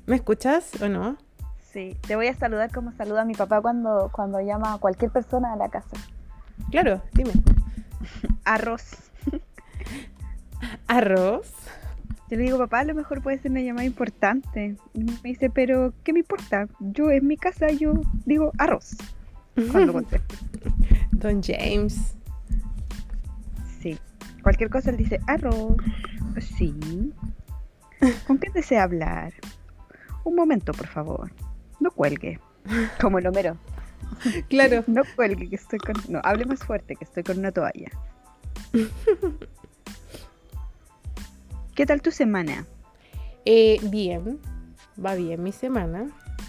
¿Me escuchas o no? Sí, te voy a saludar como saluda a mi papá cuando llama a cualquier persona a la casa. Claro, dime. Arroz. ¿Arroz? Yo le digo, papá, a lo mejor puede ser una llamada importante. Y me dice, pero ¿qué me importa? Yo en mi casa yo digo arroz cuando contesto. Don James. Sí. Cualquier cosa él dice arroz. Sí. ¿Con quién desea hablar? Un momento, por favor. No cuelgue. Como el Homero. Claro. No cuelgue, que estoy con... No, hable más fuerte, que estoy con una toalla. ¿Qué tal tu semana? Bien. Va bien mi semana.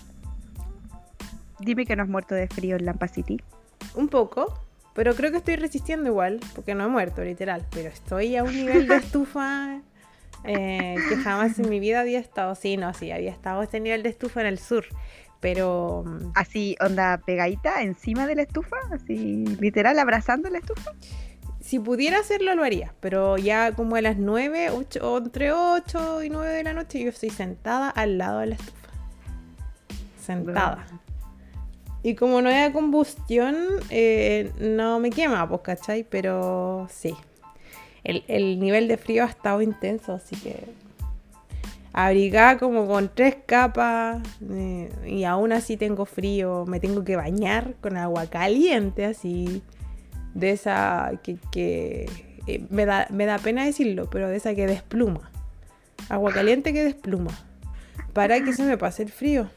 Dime que no has muerto de frío en Lampa City. Un poco. Pero creo que estoy resistiendo igual. Porque no he muerto, literal. Pero estoy a un nivel de estufa que jamás en mi vida había estado. Sí, no, sí, había estado a este nivel de estufa en el sur. Pero Así, onda pegadita encima de la estufa, así literal abrazando la estufa. si pudiera hacerlo, lo haría. Pero ya como a las 9, 8, o entre 8 y 9 de la noche, yo estoy sentada al lado de la estufa. Sentada. Wow. Y como no hay combustión, no me quema, pues, ¿cachai? Pero sí. El nivel de frío ha estado intenso, así que abrigada como con 3 capas y aún así tengo frío. Me tengo que bañar con agua caliente, así. De esa que me da pena decirlo, pero de esa que despluma. Agua caliente que despluma. Para que se me pase el frío.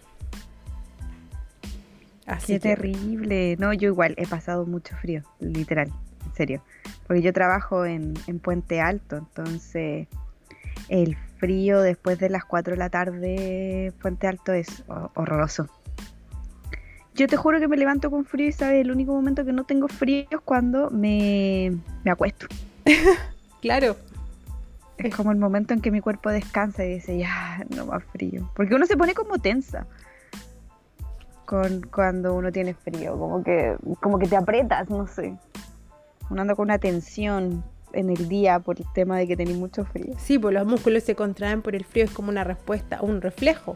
Así Qué que terrible. No, yo igual he pasado mucho frío, literal, en serio. Porque yo trabajo en Puente Alto, entonces el frío después de las 4 de la tarde, Puente Alto es horroroso. Yo te juro que me levanto con frío y sabes, el único momento que no tengo frío es cuando me acuesto. claro. Es como el momento en que mi cuerpo descansa y dice, ya, no más frío. Porque uno se pone como tensa cuando uno tiene frío, como que te aprietas, no sé. Uno anda con una tensión en el día por el tema de que tenés mucho frío. Sí, pues los músculos se contraen por el frío, es como una respuesta, un reflejo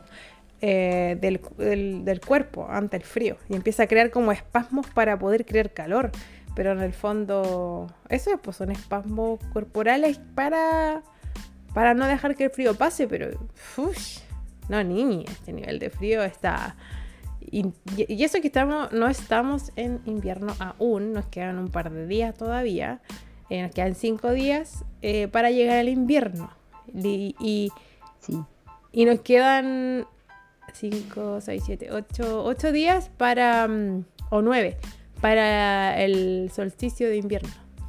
del cuerpo ante el frío. Y empieza a crear como espasmos para poder crear calor. Pero en el fondo, eso pues son espasmos corporales para no dejar que el frío pase. Pero, uff, no, niña, este nivel de frío está... Y eso que no estamos en invierno aún, nos quedan un par de días todavía. Nos quedan 5 días para llegar al invierno. Sí. Y nos quedan 5, 6, 7, 8 días para, o 9, para el solsticio de invierno.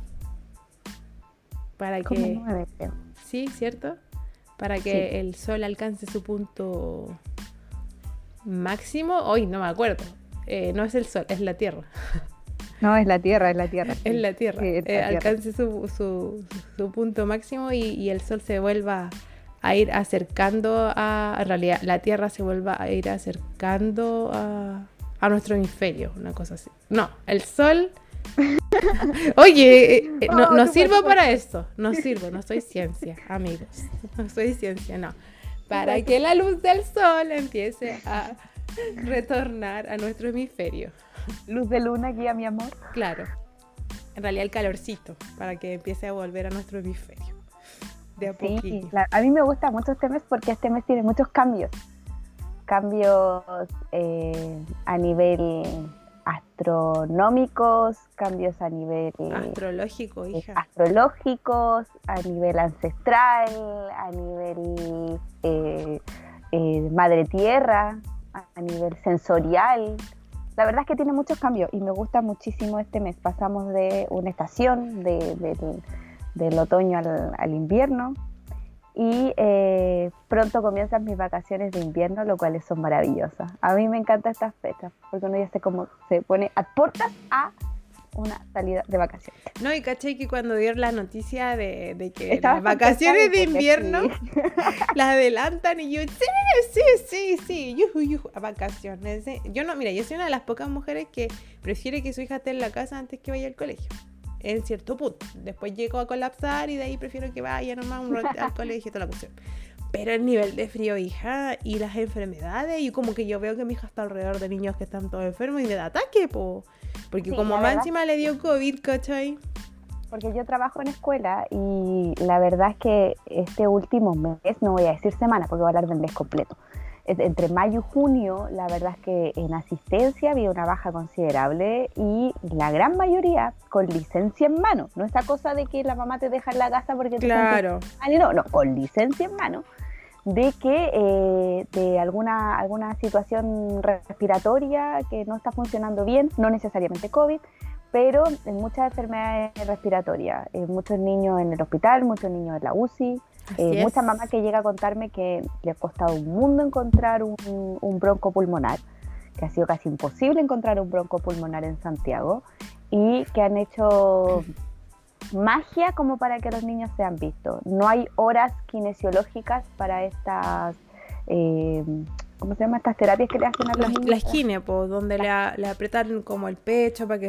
Para Como que, 9, creo. sí, ¿cierto? Para Sí. que el sol alcance su punto máximo. Hoy no me acuerdo. No es el sol, es la tierra. No, es la tierra, Es sí. la tierra. Sí, es la tierra. Alcance su punto máximo y el sol se vuelva a ir acercando en realidad la tierra se vuelva a ir acercando a nuestro hemisferio, una cosa así. No, el sol... Oye, no, Oh, no tú puedes, tú sirvo puedes. para esto, no sirvo, no soy ciencia, amigos, no soy ciencia, no. Tú Para puedes, tú que la puedes. luz del sol empiece a retornar a nuestro hemisferio. Luz de luna, guía mi amor. Claro, en realidad el calorcito, para que empiece a volver a nuestro hemisferio. De a Sí, poquito. a mí me gusta mucho este mes porque este mes tiene muchos cambios. Cambios a nivel astronómicos, cambios a nivel Astrológico, hija. astrológicos, a nivel ancestral, a nivel madre tierra, a nivel sensorial. La verdad es que tiene muchos cambios y me gusta muchísimo este mes. Pasamos de una estación, del otoño al invierno, y pronto comienzan mis vacaciones de invierno, lo cual son maravillosas. A mí me encantan estas fechas porque uno ya se pone a puertas a una salida de vacaciones. No, y caché que cuando dieron la noticia de que las Estabas contenta vacaciones de de que invierno sí. las adelantan y yo, sí, yuju, a vacaciones. Yo no, mira, yo soy una de las pocas mujeres que prefiere que su hija esté en la casa antes que vaya al colegio. En cierto punto. Después llego a colapsar y de ahí prefiero que vaya nomás al colegio y toda la cuestión. Pero el nivel de frío, hija, y las enfermedades, y como que yo veo que mi hija está alrededor de niños que están todos enfermos y me da ataque, po. Porque Sí, como la más verdad, encima le dio COVID, ¿cachai? porque yo trabajo en escuela y la verdad es que este último mes, no voy a decir semana porque voy a hablar del mes completo, entre mayo y junio, la verdad es que en asistencia había una baja considerable y la gran mayoría con licencia en mano. No esa cosa de que la mamá te deja en la casa porque te Claro. sientes mal, no, no, con licencia en mano de que de alguna situación respiratoria que no está funcionando bien, no necesariamente COVID, pero en muchas enfermedades respiratorias, muchos niños en el hospital, muchos niños en la UCI, Así es. muchas mamás que llega a contarme que le ha costado un mundo encontrar un broncopulmonar, que ha sido casi imposible encontrar un broncopulmonar en Santiago y que han hecho magia como para que los niños sean vistos. No hay horas kinesiológicas para estas, ¿cómo se llama? Estas terapias que le hacen a los niños. La esquina, po, donde le apretan como el pecho para que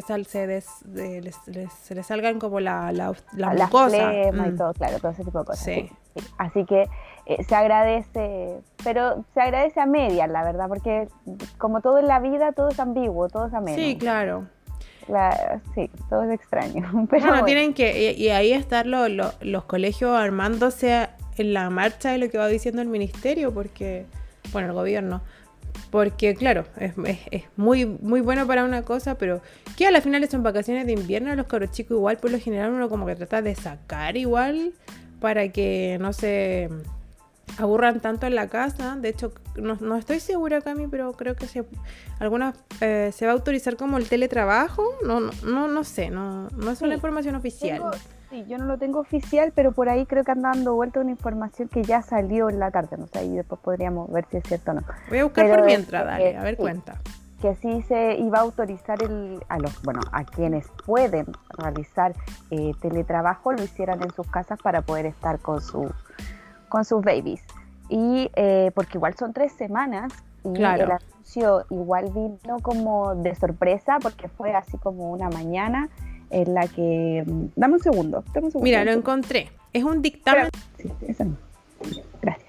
se le salgan como la Las mucosa. flemas y todo, claro, todo ese tipo de cosas. Sí. Sí. Así que se agradece, pero se agradece a medias, la verdad, porque como todo en la vida, todo es ambiguo, todo es ameno. Sí, claro. Sí, todo es extraño. Pero Bueno, tienen que, y ahí están los colegios armándose en la marcha de lo que va diciendo el ministerio, porque, bueno, el gobierno, porque claro, es muy, muy bueno para una cosa, pero que a la final son vacaciones de invierno, los cabros chicos igual, por lo general uno como que trata de sacar igual, para que no se aburran tanto en la casa. De hecho, no estoy segura, Cami, pero creo que se va a autorizar como el teletrabajo. No sé, no es una información oficial. Sí, yo no lo tengo oficial, pero por ahí creo que anda dando vuelta una información que ya salió en la tarde, no sé, ahí después podríamos ver si es cierto o no. Voy a buscar pero por mientras, dale, a ver, sí, cuenta. Que sí se iba a autorizar a quienes pueden realizar teletrabajo, lo hicieran en sus casas para poder estar con sus babies. Y porque igual son 3 semanas y Claro. el anuncio igual vino como de sorpresa porque fue así como una mañana en la que... Dame un segundo. Mira, lo encontré. Es un dictamen. Sí, eso no. Gracias.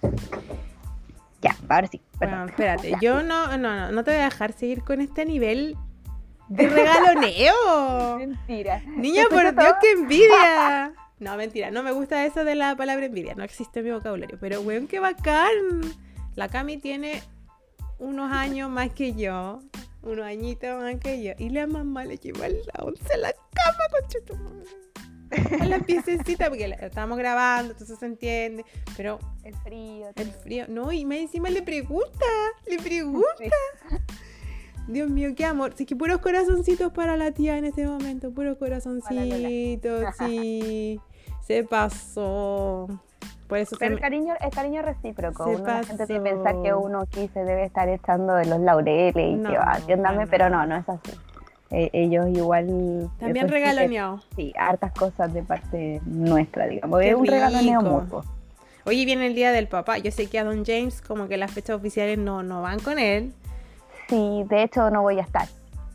Ya, ahora sí. Bueno, Perdón. espérate, yo no te voy a dejar seguir con este nivel de regaloneo. Mentira. Niña, Escucho por Dios, todo. qué envidia. No, mentira, no me gusta eso de la palabra envidia, no existe en mi vocabulario, pero weón, qué bacán. La Cami tiene unos años más que yo, unos añitos más que yo, y la mamá le lleva a la 11 a la cama, conchetumadre. A la piececita, porque estábamos grabando, entonces se entiende, pero El frío. el todo. frío, no, y más encima le pregunta. Sí. Dios mío, qué amor. Sí, que puros corazoncitos para la tía en este momento. Puros corazoncitos, sí. Se pasó. Por eso Pero el cariño recíproco. Se La gente pasó. tiene que pensar que uno aquí se debe estar echando de los laureles y No, que va, atiéndame, no. pero no es así. Ellos igual... También reciben, regaloneado. Sí, hartas cosas de parte nuestra, digamos. Qué Es un regaloneo rico. mutuo. Hoy viene el día del papá. Yo sé que a Don James, como que las fechas oficiales no van con él. Sí, de hecho no voy a estar.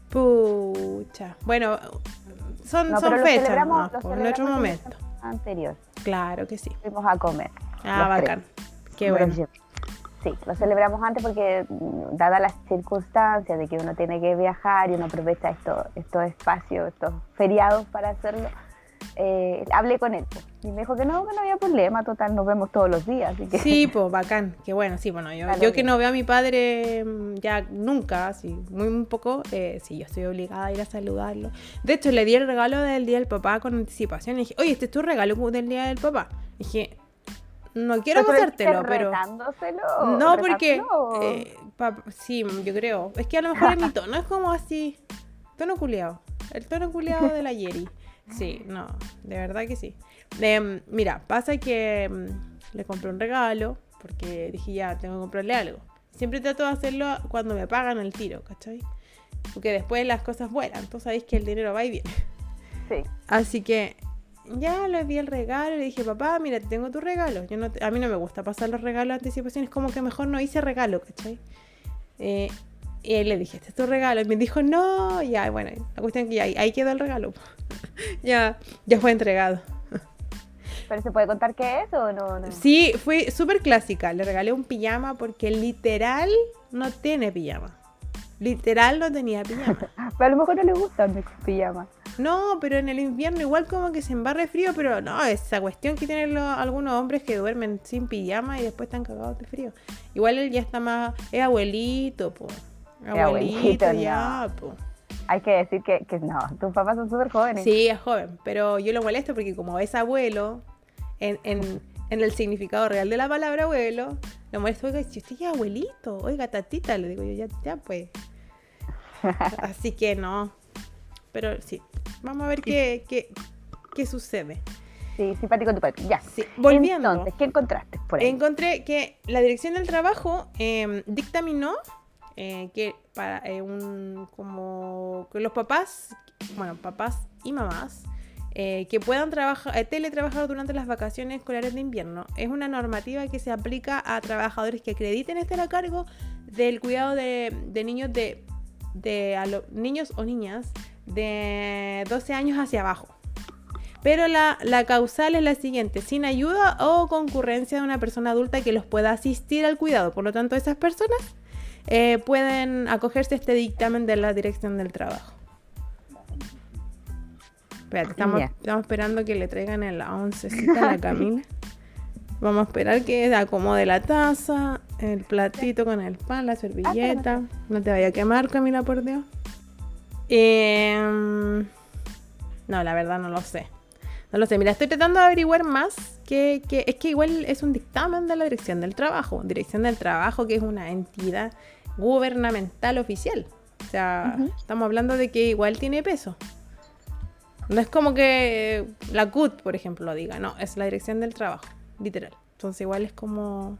Pucha. Bueno, son No, pero lo fechas celebramos, nomás, lo por celebramos otro el momento. anterior. Claro que sí. Fuimos a comer. Ah, los bacán. tres. Qué Me los bueno. llevé. Sí, lo celebramos antes porque dadas las circunstancias de que uno tiene que viajar y uno aprovecha estos espacios, estos feriados para hacerlo, hablé con él pues, y me dijo que no había problema, total, nos vemos todos los días. Así que... Sí, pues bacán, qué bueno, sí, bueno, yo que bien. no veo a mi padre ya nunca, así, muy poco, sí, yo estoy obligada a ir a saludarlo. De hecho, le di el regalo del Día del Papá con anticipación y dije, oye, este es tu regalo del Día del Papá. Y dije, no quiero Pero pasártelo, pero... retándoselo, No, porque... retándolo. sí, yo creo. Es que a lo mejor es mi tono, es como así, tono culiado, el tono culiado de la Yeri. Sí, no, de verdad que sí. Mira, pasa que le compré un regalo porque dije ya, tengo que comprarle algo. Siempre trato de hacerlo cuando me pagan el tiro, ¿cachai? Porque después las cosas vuelan, tú sabes que el dinero va y viene. Sí. Así que ya le di el regalo y le dije, papá, mira, te tengo tu regalo. A mí no me gusta pasar los regalos de anticipación, es como que mejor no hice regalo, ¿cachai? Y ahí le dije, este es tu regalo. Y me dijo, no, ya, bueno, la cuestión es que ya, ahí quedó el regalo. ya fue entregado. ¿Pero se puede contar qué es o no? Sí, fue súper clásica. Le regalé un pijama porque literal no tiene pijama. Literal no tenía pijama. Pero a lo mejor no le gusta dormir con pijama. No, pero en el invierno igual como que se embarre frío, pero no, esa cuestión que tienen algunos hombres que duermen sin pijama y después están cagados de frío. Igual él ya está más... Es abuelito, po. Abuelito ya, no. po. Hay que decir que no, tus papás son súper jóvenes. Sí, es joven, pero yo lo molesto porque como es abuelo, en el significado real de la palabra abuelo, lo molesto, oiga, si usted ya es abuelito, oiga, tatita, le digo yo, ya pues. Así que no. Pero sí, vamos a ver qué sucede. Sí, simpático tu padre. Ya. Sí. Volviendo. Entonces, ¿qué encontraste por ahí? Encontré que la Dirección del Trabajo dictaminó que para como que los papás y mamás que puedan teletrabajar durante las vacaciones escolares de invierno es una normativa que se aplica a trabajadores que acrediten estar a cargo del cuidado de niños niños o niñas de 12 años hacia abajo. Pero la causal es la siguiente: sin ayuda o concurrencia de una persona adulta que los pueda asistir al cuidado. Por lo tanto, esas personas pueden acogerse a este dictamen de la Dirección del Trabajo. Espérate, estamos esperando que le traigan en la oncecita a la Camila. Vamos a esperar que acomode la taza, el platito con el pan, la servilleta. No te vaya a quemar, Camila, por Dios. No, la verdad no lo sé. No lo sé. Mira, estoy tratando de averiguar más. Que es que igual es un dictamen de la Dirección del Trabajo. Dirección del Trabajo, que es una entidad gubernamental oficial. O sea, estamos hablando de que igual tiene peso. No es como que la CUT, por ejemplo, lo diga. No, es la Dirección del Trabajo, literal. Entonces igual es como...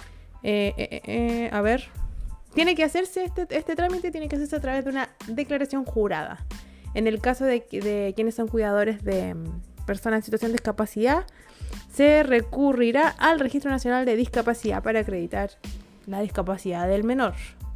a ver... Tiene que hacerse este trámite, tiene que hacerse a través de una declaración jurada. En el caso de quienes son cuidadores de personas en situación de discapacidad, se recurrirá al Registro Nacional de Discapacidad para acreditar la discapacidad del menor.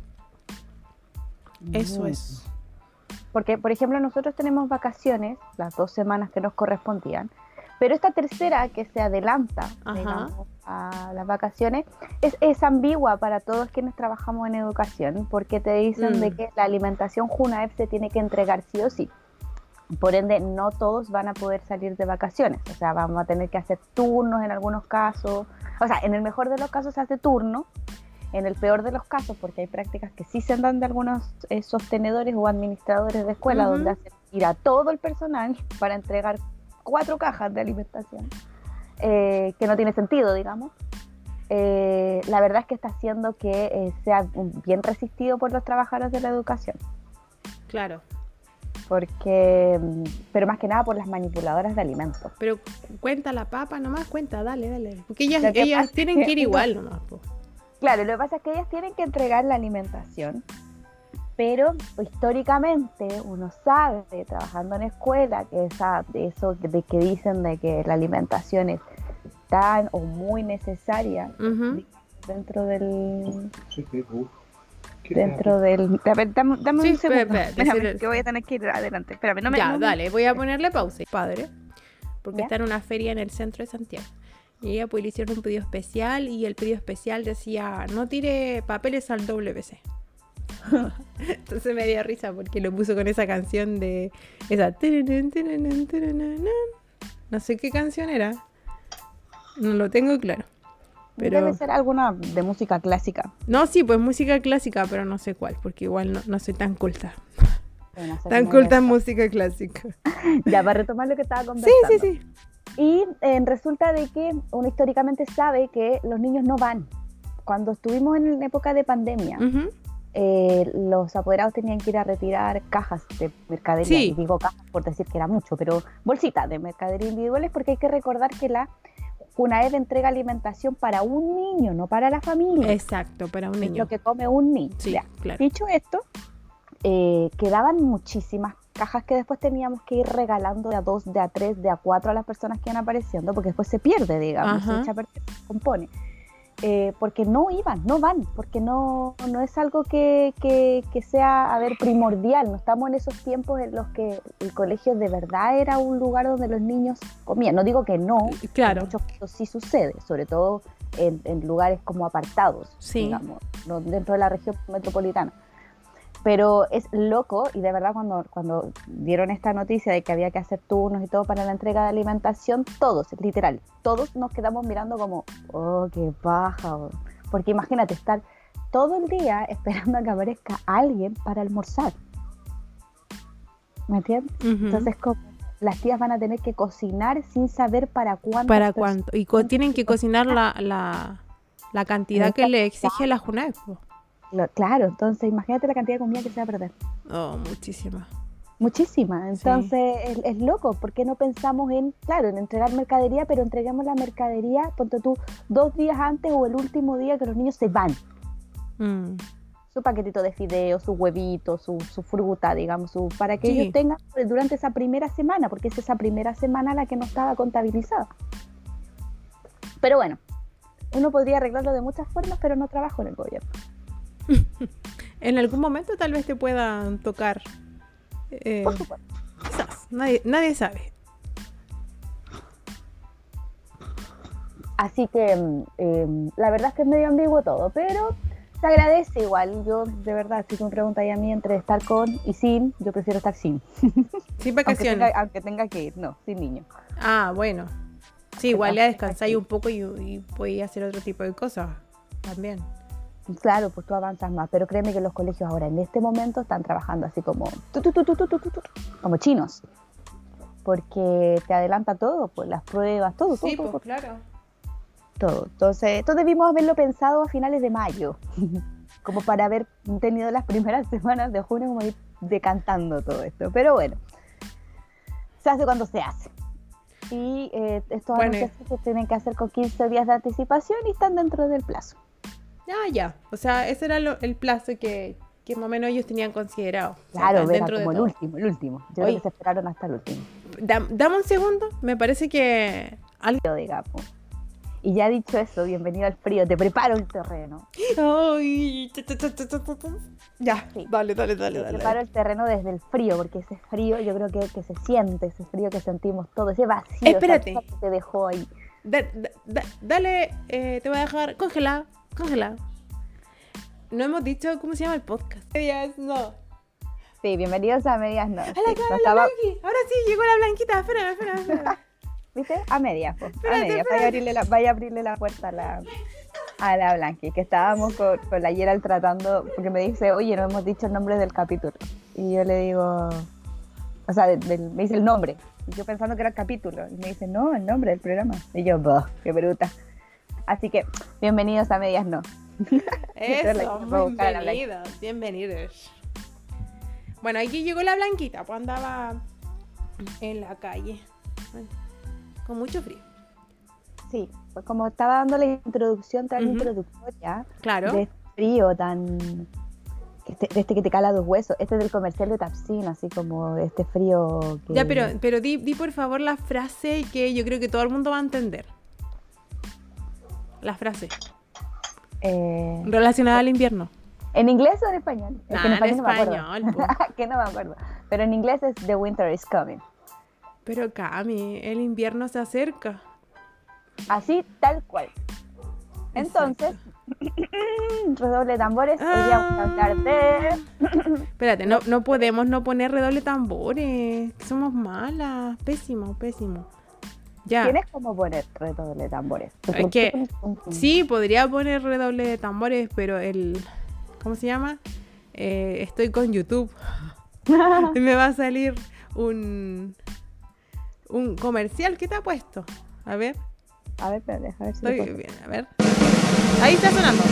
Eso es. Porque, por ejemplo, nosotros tenemos vacaciones, las 2 semanas que nos correspondían, pero esta tercera que se adelanta, digamos, a las vacaciones, es ambigua para todos quienes trabajamos en educación, porque te dicen de que la alimentación JUNAEP se tiene que entregar sí o sí. Por ende, no todos van a poder salir de vacaciones. O sea, vamos a tener que hacer turnos en algunos casos. O sea, en el mejor de los casos se hace turno, en el peor de los casos, porque hay prácticas que sí se dan de algunos sostenedores o administradores de escuela, donde hacen ir a todo el personal para entregar 4 cajas de alimentación, que no tiene sentido, digamos. La verdad es que está haciendo que sea bien resistido por los trabajadores de la educación. Claro. Pero más que nada por las manipuladoras de alimentos. Pero cuenta la papa nomás, cuenta, dale. Porque ellas tienen que ir igual nomás, po. Claro, lo que pasa es que ellas tienen que entregar la alimentación, pero históricamente uno sabe, trabajando en escuela, que eso de que dicen de que la alimentación es tan o muy necesaria dentro del... A ver, dame un segundo. Espérame, que voy a tener que ir adelante. Espérame, dale, voy a ponerle pausa, padre, porque está en una feria en el centro de Santiago. Y ella pues le hicieron un pedido especial y el pedido especial decía: no tire papeles al WC. Entonces me dio risa porque lo puso con esa canción de esa, no sé qué canción era, no lo tengo claro, pero debe ser alguna de música clásica. No, sí, pues música clásica, pero no sé cuál, porque igual no soy tan culta. Tan culta en música clásica. Ya, para retomar lo que estaba conversando. Sí. Y resulta de que uno históricamente sabe que los niños no van. Cuando estuvimos en época de pandemia, los apoderados tenían que ir a retirar cajas de mercadería. Sí. Y digo cajas por decir que era mucho, pero bolsitas de mercadería individuales, porque hay que recordar que la JUNAEP entrega alimentación para un niño, no para la familia. Exacto, para un niño. Lo que come un niño. Sí, ya. Claro. Dicho esto, quedaban muchísimas cajas que después teníamos que ir regalando de a 2, de a 3, de a 4 a las personas que iban apareciendo, porque después se pierde, digamos, se compone. porque no iban, no van, porque no es algo que sea, a ver, primordial. No estamos en esos tiempos en los que el colegio de verdad era un lugar donde los niños comían. No digo que no, claro. En muchos casos sí sucede, sobre todo en lugares como apartados, sí. digamos, no dentro de la región metropolitana. Pero es loco, y de verdad cuando dieron esta noticia de que había que hacer turnos y todo para la entrega de alimentación, todos, literal, todos nos quedamos mirando como, oh, qué paja, porque imagínate estar todo el día esperando a que aparezca alguien para almorzar, ¿me entiendes? Uh-huh. Entonces como las tías van a tener que cocinar sin saber para cuánto. ¿Para cuánto? Y tienen que cocinar la cantidad que le exige la JUNAEP. Claro, entonces imagínate la cantidad de comida que se va a perder. Oh, muchísima. Muchísima, entonces sí. es loco, ¿por qué no pensamos en entregar mercadería, pero entreguemos la mercadería, ponte tú, 2 días antes o el último día que los niños se van? Su paquetito de fideos, su huevito, su fruta, digamos, para que ellos tengan durante esa primera semana, porque es esa primera semana la que no estaba contabilizada. Pero bueno, uno podría arreglarlo de muchas formas, pero no trabajo en el gobierno. En algún momento tal vez te puedan tocar. Por supuesto. Quizás, nadie sabe. Así que la verdad es que es medio ambiguo todo, pero se agradece igual. Yo, de verdad, si tú me preguntas a mí entre estar con y sin, yo prefiero estar sin. Sin vacaciones. Aunque tenga que ir, no, sin niños. Ah, bueno. Sí, igual ya descansáis un poco y podéis hacer otro tipo de cosas también. Claro, pues tú avanzas más, pero créeme que los colegios ahora en este momento están trabajando así como como chinos, porque te adelanta todo, pues las pruebas, todo. Sí, todo, pues claro. Todo. Entonces, debimos haberlo pensado a finales de mayo, como para haber tenido las primeras semanas de junio como ir decantando todo esto, pero bueno, se hace cuando se hace. Y estos anuncios se tienen que hacer con 15 días de anticipación y están dentro del plazo. Ya. O sea, ese era el plazo que más o menos ellos tenían considerado. Claro, o sea, era como el último. Yo creo que se esperaron hasta el último. Dame un segundo, me parece que... Digamos. Y ya dicho eso, bienvenido al frío, te preparo el terreno. Ay, ya, sí. Dale. Preparo el terreno desde el frío, porque ese frío yo creo que se siente, ese frío que sentimos todos, ese vacío. Espérate. Que te dejó ahí. Dale, te voy a dejar congelado. No hemos dicho cómo se llama el podcast. Medias no. Sí, bienvenidos a Medias no. Sí, Blanqui. Ahora sí, llegó la Blanquita. Espera. ¿Viste? A medias, pues. Vaya a abrirle la puerta a la Blanqui, que estábamos con la Gerald tratando, porque me dice, oye, no hemos dicho el nombre del capítulo. Y yo le digo, o sea, me dice el nombre. Y yo pensando que era el capítulo. Y me dice, no, el nombre del programa. Y yo, qué bruta. Así que, bienvenidos a Medias No. Eso, bienvenidos. Bueno, aquí llegó la Blanquita, pues andaba en la calle, con mucho frío. Sí, pues como estaba dando la introducción tan introductoria, claro, de frío tan... Este que te cala los huesos, este es del comercial de Tapsin, así como este frío que... Ya, pero di por favor la frase que yo creo que todo el mundo va a entender. La frase. Relacionada al invierno. ¿En inglés o en español? En español. No me acuerdo. Que no me acuerdo. Pero en inglés es The Winter is Coming. Pero Cami, el invierno se acerca. Así, tal cual. Entonces, redoble de tambores. Hoy vamos a hablar de... Espérate, no podemos no poner redoble de tambores. Somos malas. Pésimo. Ya. Tienes como poner redoble de tambores. Es que sí, podría poner redoble de tambores, pero ¿cómo se llama? Estoy con YouTube. Y me va a salir un comercial. ¿Qué te ha puesto? A ver. Espérate, a ver si estoy bien, a ver. Ahí está sonando.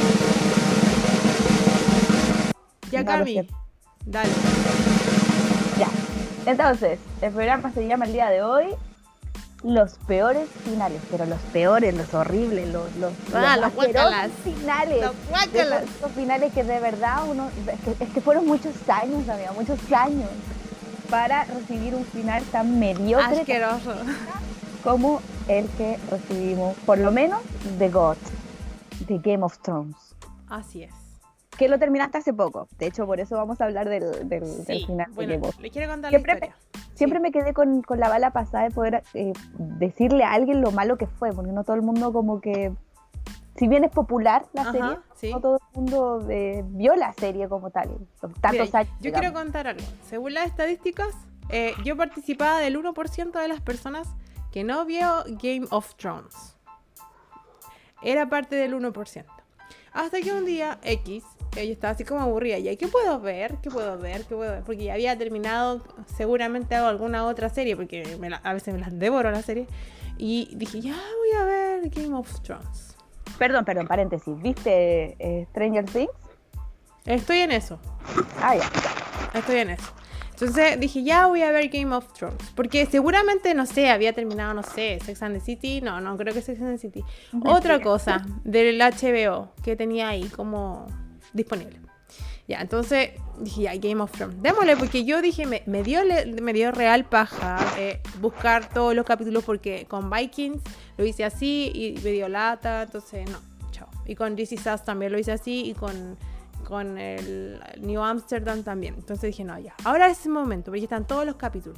Ya, Cami. Dale. Ya. Entonces, el programa se llama el día de hoy Los peores finales, pero los peores, los horribles, los guácalas. Finales. Los guácalas. Esos finales que de verdad es que fueron muchos años, amiga, muchos años para recibir un final tan mediocre. Asqueroso. Como el que recibimos, por lo menos, de GOT. de Game of Thrones. Así es. Que lo terminaste hace poco. De hecho, por eso vamos a hablar del Sí, final bueno, de Game of le quiero contar Siempre la historia. Siempre me quedé con la bala pasada de poder decirle a alguien lo malo que fue, porque no todo el mundo como que, si bien es popular la serie, Sí. no todo el mundo vio la serie como tal. Tantos Mira, años, yo digamos. quiero contar algo. Según las estadísticas, yo participaba del 1% de las personas que no vio Game of Thrones. Era parte del 1%. Hasta que un día X, yo estaba así como aburrida. ¿Y qué puedo ver? ¿Qué puedo ver? ¿Qué puedo ver? Porque ya había terminado, seguramente hago alguna otra serie, porque a veces me las devoro la serie. Y dije, ya voy a ver Game of Thrones. Perdón, paréntesis. ¿Viste Stranger Things? Estoy en eso. Ah, ya. Estoy en eso. Entonces dije, ya voy a ver Game of Thrones. Porque seguramente, no sé, había terminado, no sé, Sex and the City. No creo que Sex and the City. Otra cosa del HBO que tenía ahí como disponible. Ya, entonces dije, ya, Game of Thrones. Démosle, porque yo dije, me dio real paja buscar todos los capítulos, porque con Vikings lo hice así y me dio lata. Entonces, no, chao. Y con This Is Us también lo hice así, y con el New Amsterdam también. Entonces dije, no, ya. Ahora es el momento, porque están todos los capítulos.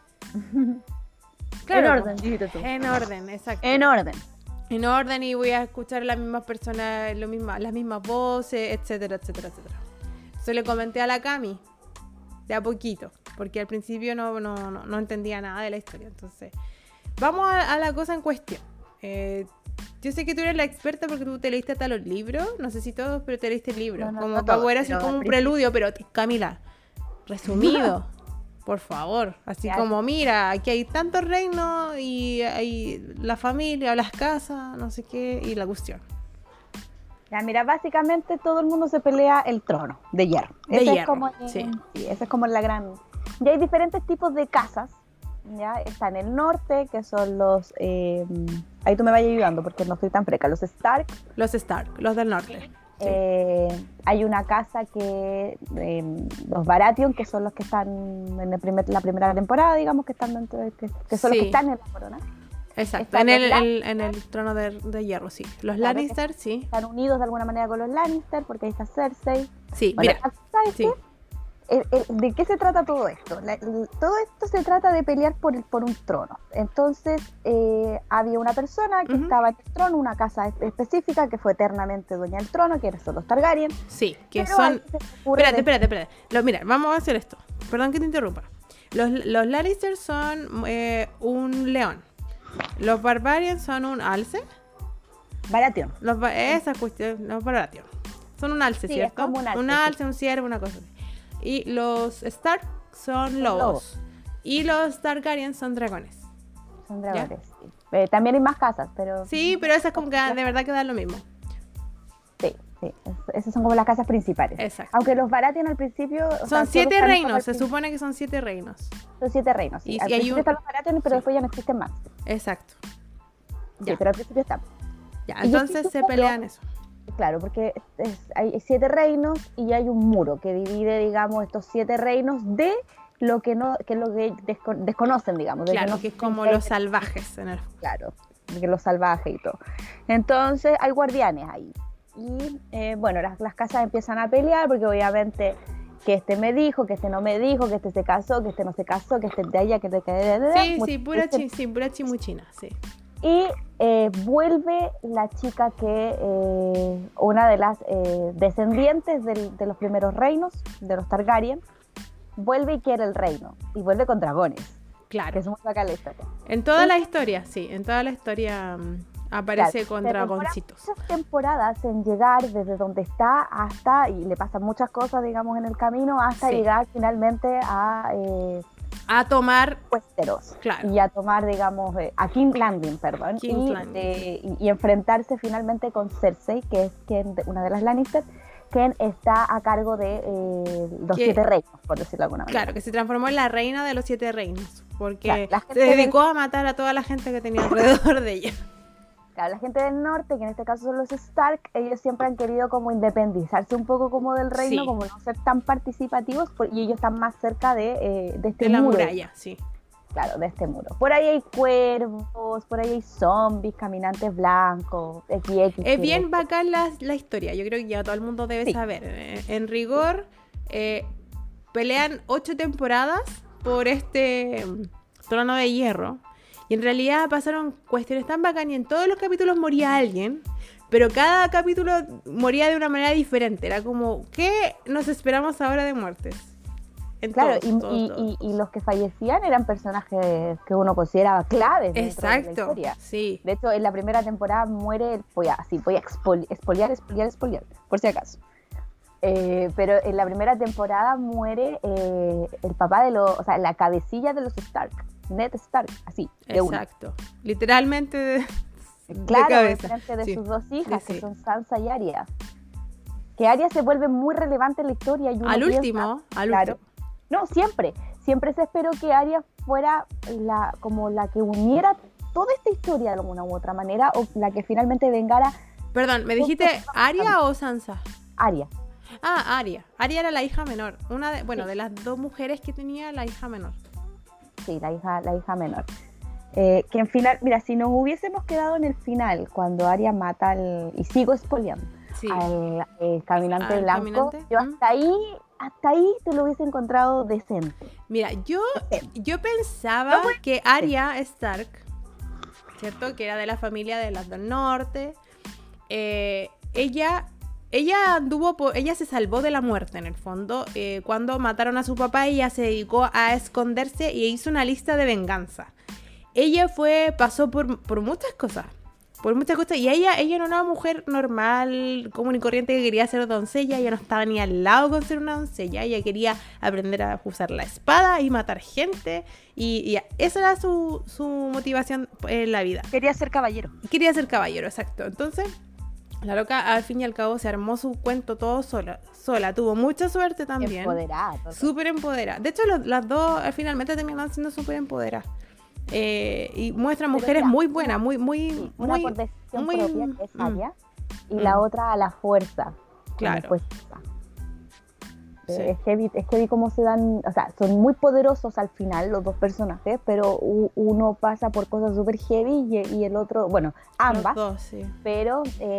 Claro, en orden, dijiste tú. En orden, exacto. En orden. En orden, y voy a escuchar las mismas personas, las mismas voces, etcétera, etcétera, etcétera. Entonces le comenté a la Cami, de a poquito, porque al principio no entendía nada de la historia. Entonces, vamos a la cosa en cuestión. Yo sé que tú eres la experta porque tú te leíste hasta los libros, no sé si todos, pero te leíste el libro, como para poder hacer como un preludio, pero Camila, resumido, por favor, así como, mira, aquí hay tantos reinos y hay la familia, las casas, no sé qué, y la cuestión. Ya, mira, básicamente todo el mundo se pelea el trono de hierro. Sí, esa es como la gran... Y hay diferentes tipos de casas. Ya está en el norte, que son los... ahí tú me vayas ayudando porque no estoy tan freca. Los Stark. Los Stark, los del norte. Sí. Hay una casa que... los Baratheon, que son los que están en la primera temporada, digamos, que están dentro de, que son los que están en la corona. Exacto, en el trono de hierro, sí. Los claro, Lannister, sí. Están unidos de alguna manera con los Lannister, porque ahí está Cersei. Sí, bueno, mira. ¿sabes qué? ¿De qué se trata todo esto? Todo esto se trata de pelear por un trono. Entonces, había una persona que estaba en el trono, una casa específica, que fue eternamente dueña del trono, que son los Targaryen. Sí, que son... Espérate. Mira, vamos a hacer esto. Perdón que te interrumpa. Los Lannister son un león. Los Barbarians son un alce. Baratheon. Esa cuestión, los Baratheon. Son un alce, sí, ¿cierto? Es como un alce, un ciervo, una cosa así. Y los Stark son lobos. Y los Targaryen son dragones. Son dragones, sí. También hay más casas, pero... Sí, pero esas como que de verdad que dan lo mismo. Sí. Esas son como las casas principales. Exacto. Aunque los Baratheon al principio... Son 7 reinos, se supone que son 7 reinos. Son 7 reinos, sí. Al principio están los Baratheon, pero después ya no existen más. Exacto. Sí, pero al principio están. Ya, entonces se pelean eso. Claro, porque hay 7 reinos y hay un muro que divide, digamos, estos 7 reinos de lo que desconocen, digamos. Claro, que es como los salvajes. Claro, que los salvajes y todo. Entonces hay guardianes ahí. Y bueno, las casas empiezan a pelear porque obviamente que este me dijo, que este no me dijo, que este se casó, que este no se casó, que este de allá, que este de allá. Sí, pura chimuchina, sí. Y vuelve la chica que, una de las descendientes de los primeros reinos, de los Targaryen, vuelve y quiere el reino. Y vuelve con dragones. Claro. Que es muy bacán la historia. En toda la historia, sí. En toda la historia aparece con dragoncitos. Muchas temporadas en llegar desde donde está hasta, y le pasan muchas cosas, digamos, en el camino, hasta llegar finalmente a tomar Westeros, claro. Y a tomar, digamos, a King's Landing, perdón, y enfrentarse finalmente con Cersei, que es una de las Lannister, quien está a cargo de los 7 reinos, por decirlo de alguna manera. Claro, que se transformó en la reina de los 7 reinos, porque se dedicó a matar a toda la gente que tenía alrededor de ella. Claro, la gente del norte, que en este caso son los Stark, ellos siempre han querido como independizarse un poco como del reino, como no ser tan participativos, y ellos están más cerca de este la muro. muralla, sí. claro, de este muro. Por ahí hay cuervos, por ahí hay zombies, caminantes blancos, XX. Es bien bacán la historia. Yo creo que ya todo el mundo debe saber. En rigor, pelean 8 temporadas por este trono de hierro. Y en realidad pasaron cuestiones tan bacanas y en todos los capítulos moría alguien. Pero cada capítulo moría de una manera diferente. Era como, ¿qué nos esperamos ahora de muertes? Claro, y los que fallecían eran personajes que uno consideraba claves dentro de la historia. Sí. De hecho, en la primera temporada muere, voy a expoliar, por si acaso. Pero en la primera temporada muere el papá o sea, la cabecilla de los Stark, Ned Stark, así, de exacto. Una. Literalmente claro, cabeza. Frente de sus 2 hijas, que son Sansa y Arya. Que Arya se vuelve muy relevante en la historia. Y al último. No, siempre se esperó que Arya fuera como la que uniera toda esta historia de alguna u otra manera, o la que finalmente vengara. Perdón, ¿me dijiste Arya o Sansa? Arya. Ah, Arya. Arya era la hija menor. De las 2 mujeres que tenía, la hija menor. Sí, la hija menor. Que en final, mira, si nos hubiésemos quedado en el final, cuando Arya mata y sigo spoileando, al caminante blanco, yo hasta ahí te lo hubiese encontrado decente. Mira, yo pensaba que Arya Stark, ¿cierto? Que era de la familia de las del norte, ella se salvó de la muerte en el fondo. Cuando mataron a su papá, ella se dedicó a esconderse y hizo una lista de venganza. Ella pasó por muchas cosas. Y ella era una mujer normal, común y corriente, que quería ser doncella. Ella no estaba ni al lado con ser una doncella. Ella quería aprender a usar la espada y matar gente. Y esa era su motivación en la vida. Quería ser caballero, exacto. Entonces, la loca al fin y al cabo se armó su cuento todo sola. Tuvo mucha suerte también. Empoderada. Súper empoderada. De hecho, las 2 finalmente terminaron siendo súper empoderadas. Y muestran mujeres muy buenas, una por decisión propia, que es Arya, y la otra a la fuerza. Claro. Sí. Es heavy cómo se dan, o sea, son muy poderosos al final los 2 personajes, pero uno pasa por cosas súper heavy y el otro, bueno, ambas, los 2, sí. Pero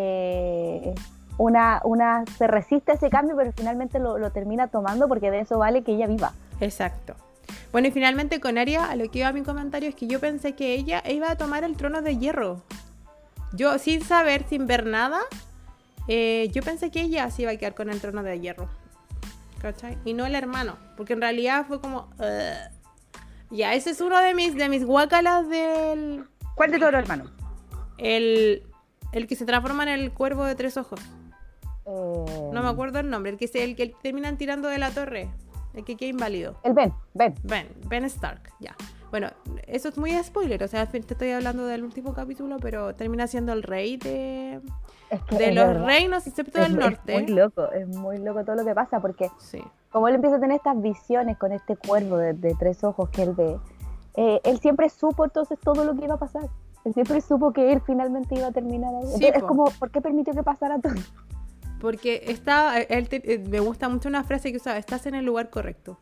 una se resiste a ese cambio, pero finalmente lo termina tomando, porque de eso vale que ella viva. Exacto. Bueno, y finalmente con Arya, a lo que iba mi comentario es que yo pensé que ella iba a tomar el trono de hierro. Yo, sin ver nada, yo pensé que ella se iba a quedar con el trono de hierro. ¿Cachai? Y no el hermano, porque en realidad fue como... Ya, ese es uno de mis guácalas del... ¿Cuál de todos los hermanos? El que se transforma en el cuervo de 3 ojos. No me acuerdo el nombre, el que terminan tirando de la torre. El que queda inválido. El Ben Stark, ya. Bueno, eso es muy spoiler, o sea, te estoy hablando del último capítulo, pero termina siendo el rey de los reinos, excepto del norte. Es muy loco todo lo que pasa, porque como él empieza a tener estas visiones con este cuervo de 3 ojos que él ve, él siempre supo entonces todo lo que iba a pasar. Él siempre supo que él finalmente iba a terminar ahí. Sí, es como, ¿por qué permitió que pasara todo? Porque me gusta mucho una frase que usaba: estás en el lugar correcto.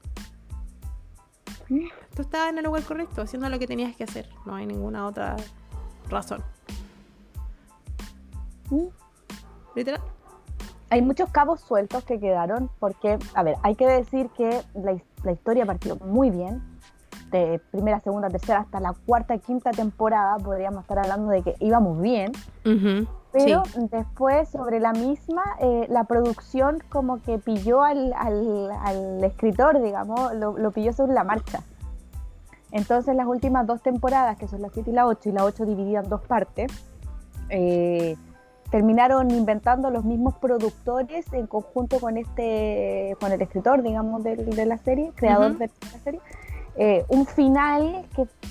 Tú estabas en el lugar correcto, haciendo lo que tenías que hacer. No hay ninguna otra razón. Literal. Hay muchos cabos sueltos que quedaron, porque, a ver, hay que decir que la historia partió muy bien. De primera, segunda, tercera, hasta la 4ª, 5ª temporada podríamos estar hablando de que íbamos bien. Pero después, sobre la misma, la producción como que pilló al escritor, digamos, lo pilló sobre la marcha. Entonces las últimas 2 temporadas, que son la 7 y la 8, y la 8 dividida en 2 partes, terminaron inventando los mismos productores en conjunto con el escritor, digamos, de la serie, creador de la serie, un final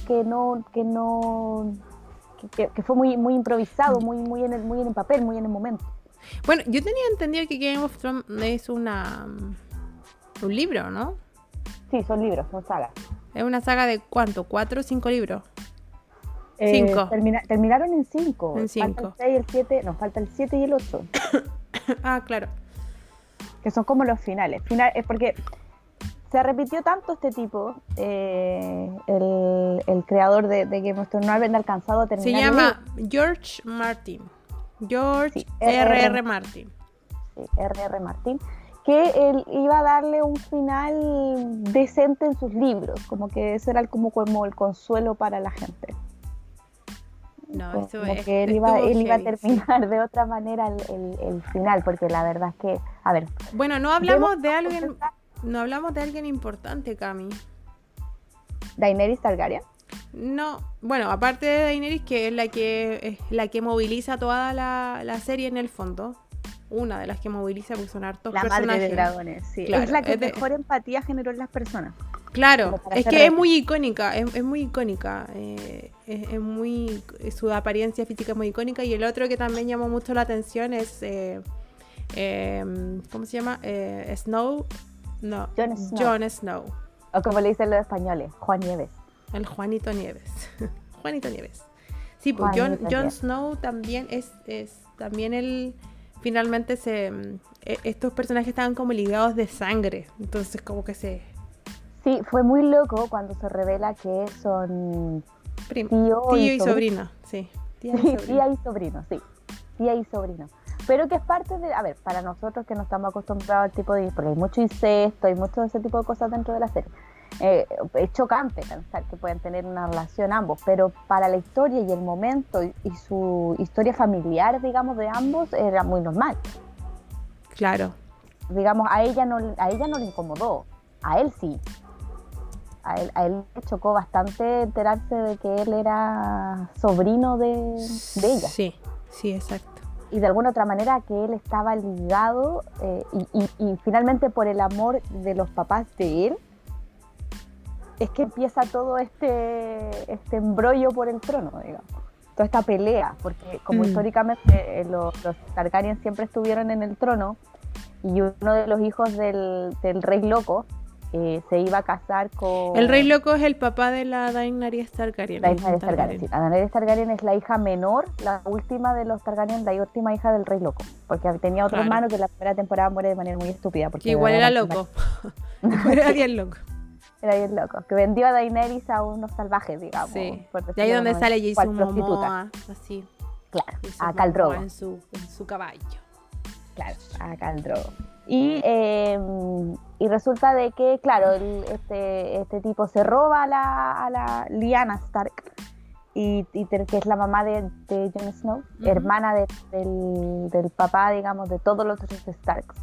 que fue muy improvisado, muy en el papel, muy en el momento. Bueno, yo tenía entendido que Game of Thrones es un libro, ¿no? Sí, son libros, son sagas. Es una saga de ¿cuánto? ¿4 o 5 libros? 5. Terminaron en 5. En 5. Falta el 6, el 7, no, falta el 7 y el 8. Ah, claro. Que son como los finales. Es porque se repitió tanto este tipo, el creador de Game of Thrones, no haber alcanzado a terminar. Se llama George Martin. George Sí, R.R. Martin. Sí, R.R. Martin, que él iba a darle un final decente en sus libros, como que ese era como el consuelo para la gente. No, Como eso que él iba a terminar de otra manera el final, porque la verdad es que, a ver. Bueno, no hablamos de alguien importante, Cami. Daenerys Targaryen. No, bueno, aparte de Daenerys, que es la que moviliza toda la serie en el fondo. Una de las que moviliza, porque son hartos personajes. La madre de dragones, sí. Claro, es la que mejor empatía generó en las personas. Claro, es que es muy icónica, es muy icónica. Su apariencia física es muy icónica. Y el otro que también llamó mucho la atención es ¿cómo se llama? Snow. No, Jon Snow. O como le dicen los españoles, Juan Nieves. El Juanito Nieves. Juanito Nieves. Sí, pues Jon Snow también es también el... Finalmente estos personajes estaban como ligados de sangre. Entonces como que se... Sí, fue muy loco cuando se revela que son tío y sobrino. Sí, tía y sobrino, sí. Tía y sobrino. Pero que es parte de... A ver, para nosotros que no estamos acostumbrados al tipo de... Porque hay mucho incesto, hay mucho de ese tipo de cosas dentro de la serie. Es chocante pensar que pueden tener una relación ambos, pero para la historia y el momento y su historia familiar, digamos, de ambos, era muy normal. Claro. Digamos, a ella no le incomodó, a él sí. A él le chocó bastante enterarse de que él era sobrino de ella. Sí, exacto. Y de alguna otra manera que él estaba ligado y finalmente por el amor de los papás de él, es que empieza todo este embrollo por el trono, digamos. Toda esta pelea, porque como históricamente los Targaryen siempre estuvieron en el trono y uno de los hijos del rey loco se iba a casar con... El rey loco es el papá de la Daenerys Targaryen. Daenerys Targaryen, sí. La Daenerys Targaryen es la hija menor, la última de los Targaryen, la última hija del rey loco, porque tenía otro hermano que en la primera temporada muere de manera muy estúpida. Porque igual era loco. Igual era bien loco. Era bien loco, que vendió a Daenerys a unos salvajes, digamos. Sí, de ahí donde sale Jason Momoa, así. Claro, a Khal Drogo. En su caballo. Claro, a Khal Drogo. Y resulta de que, claro, este tipo se roba a la Lyanna Stark, que es la mamá de Jon Snow, hermana del papá, digamos, de todos los otros Starks.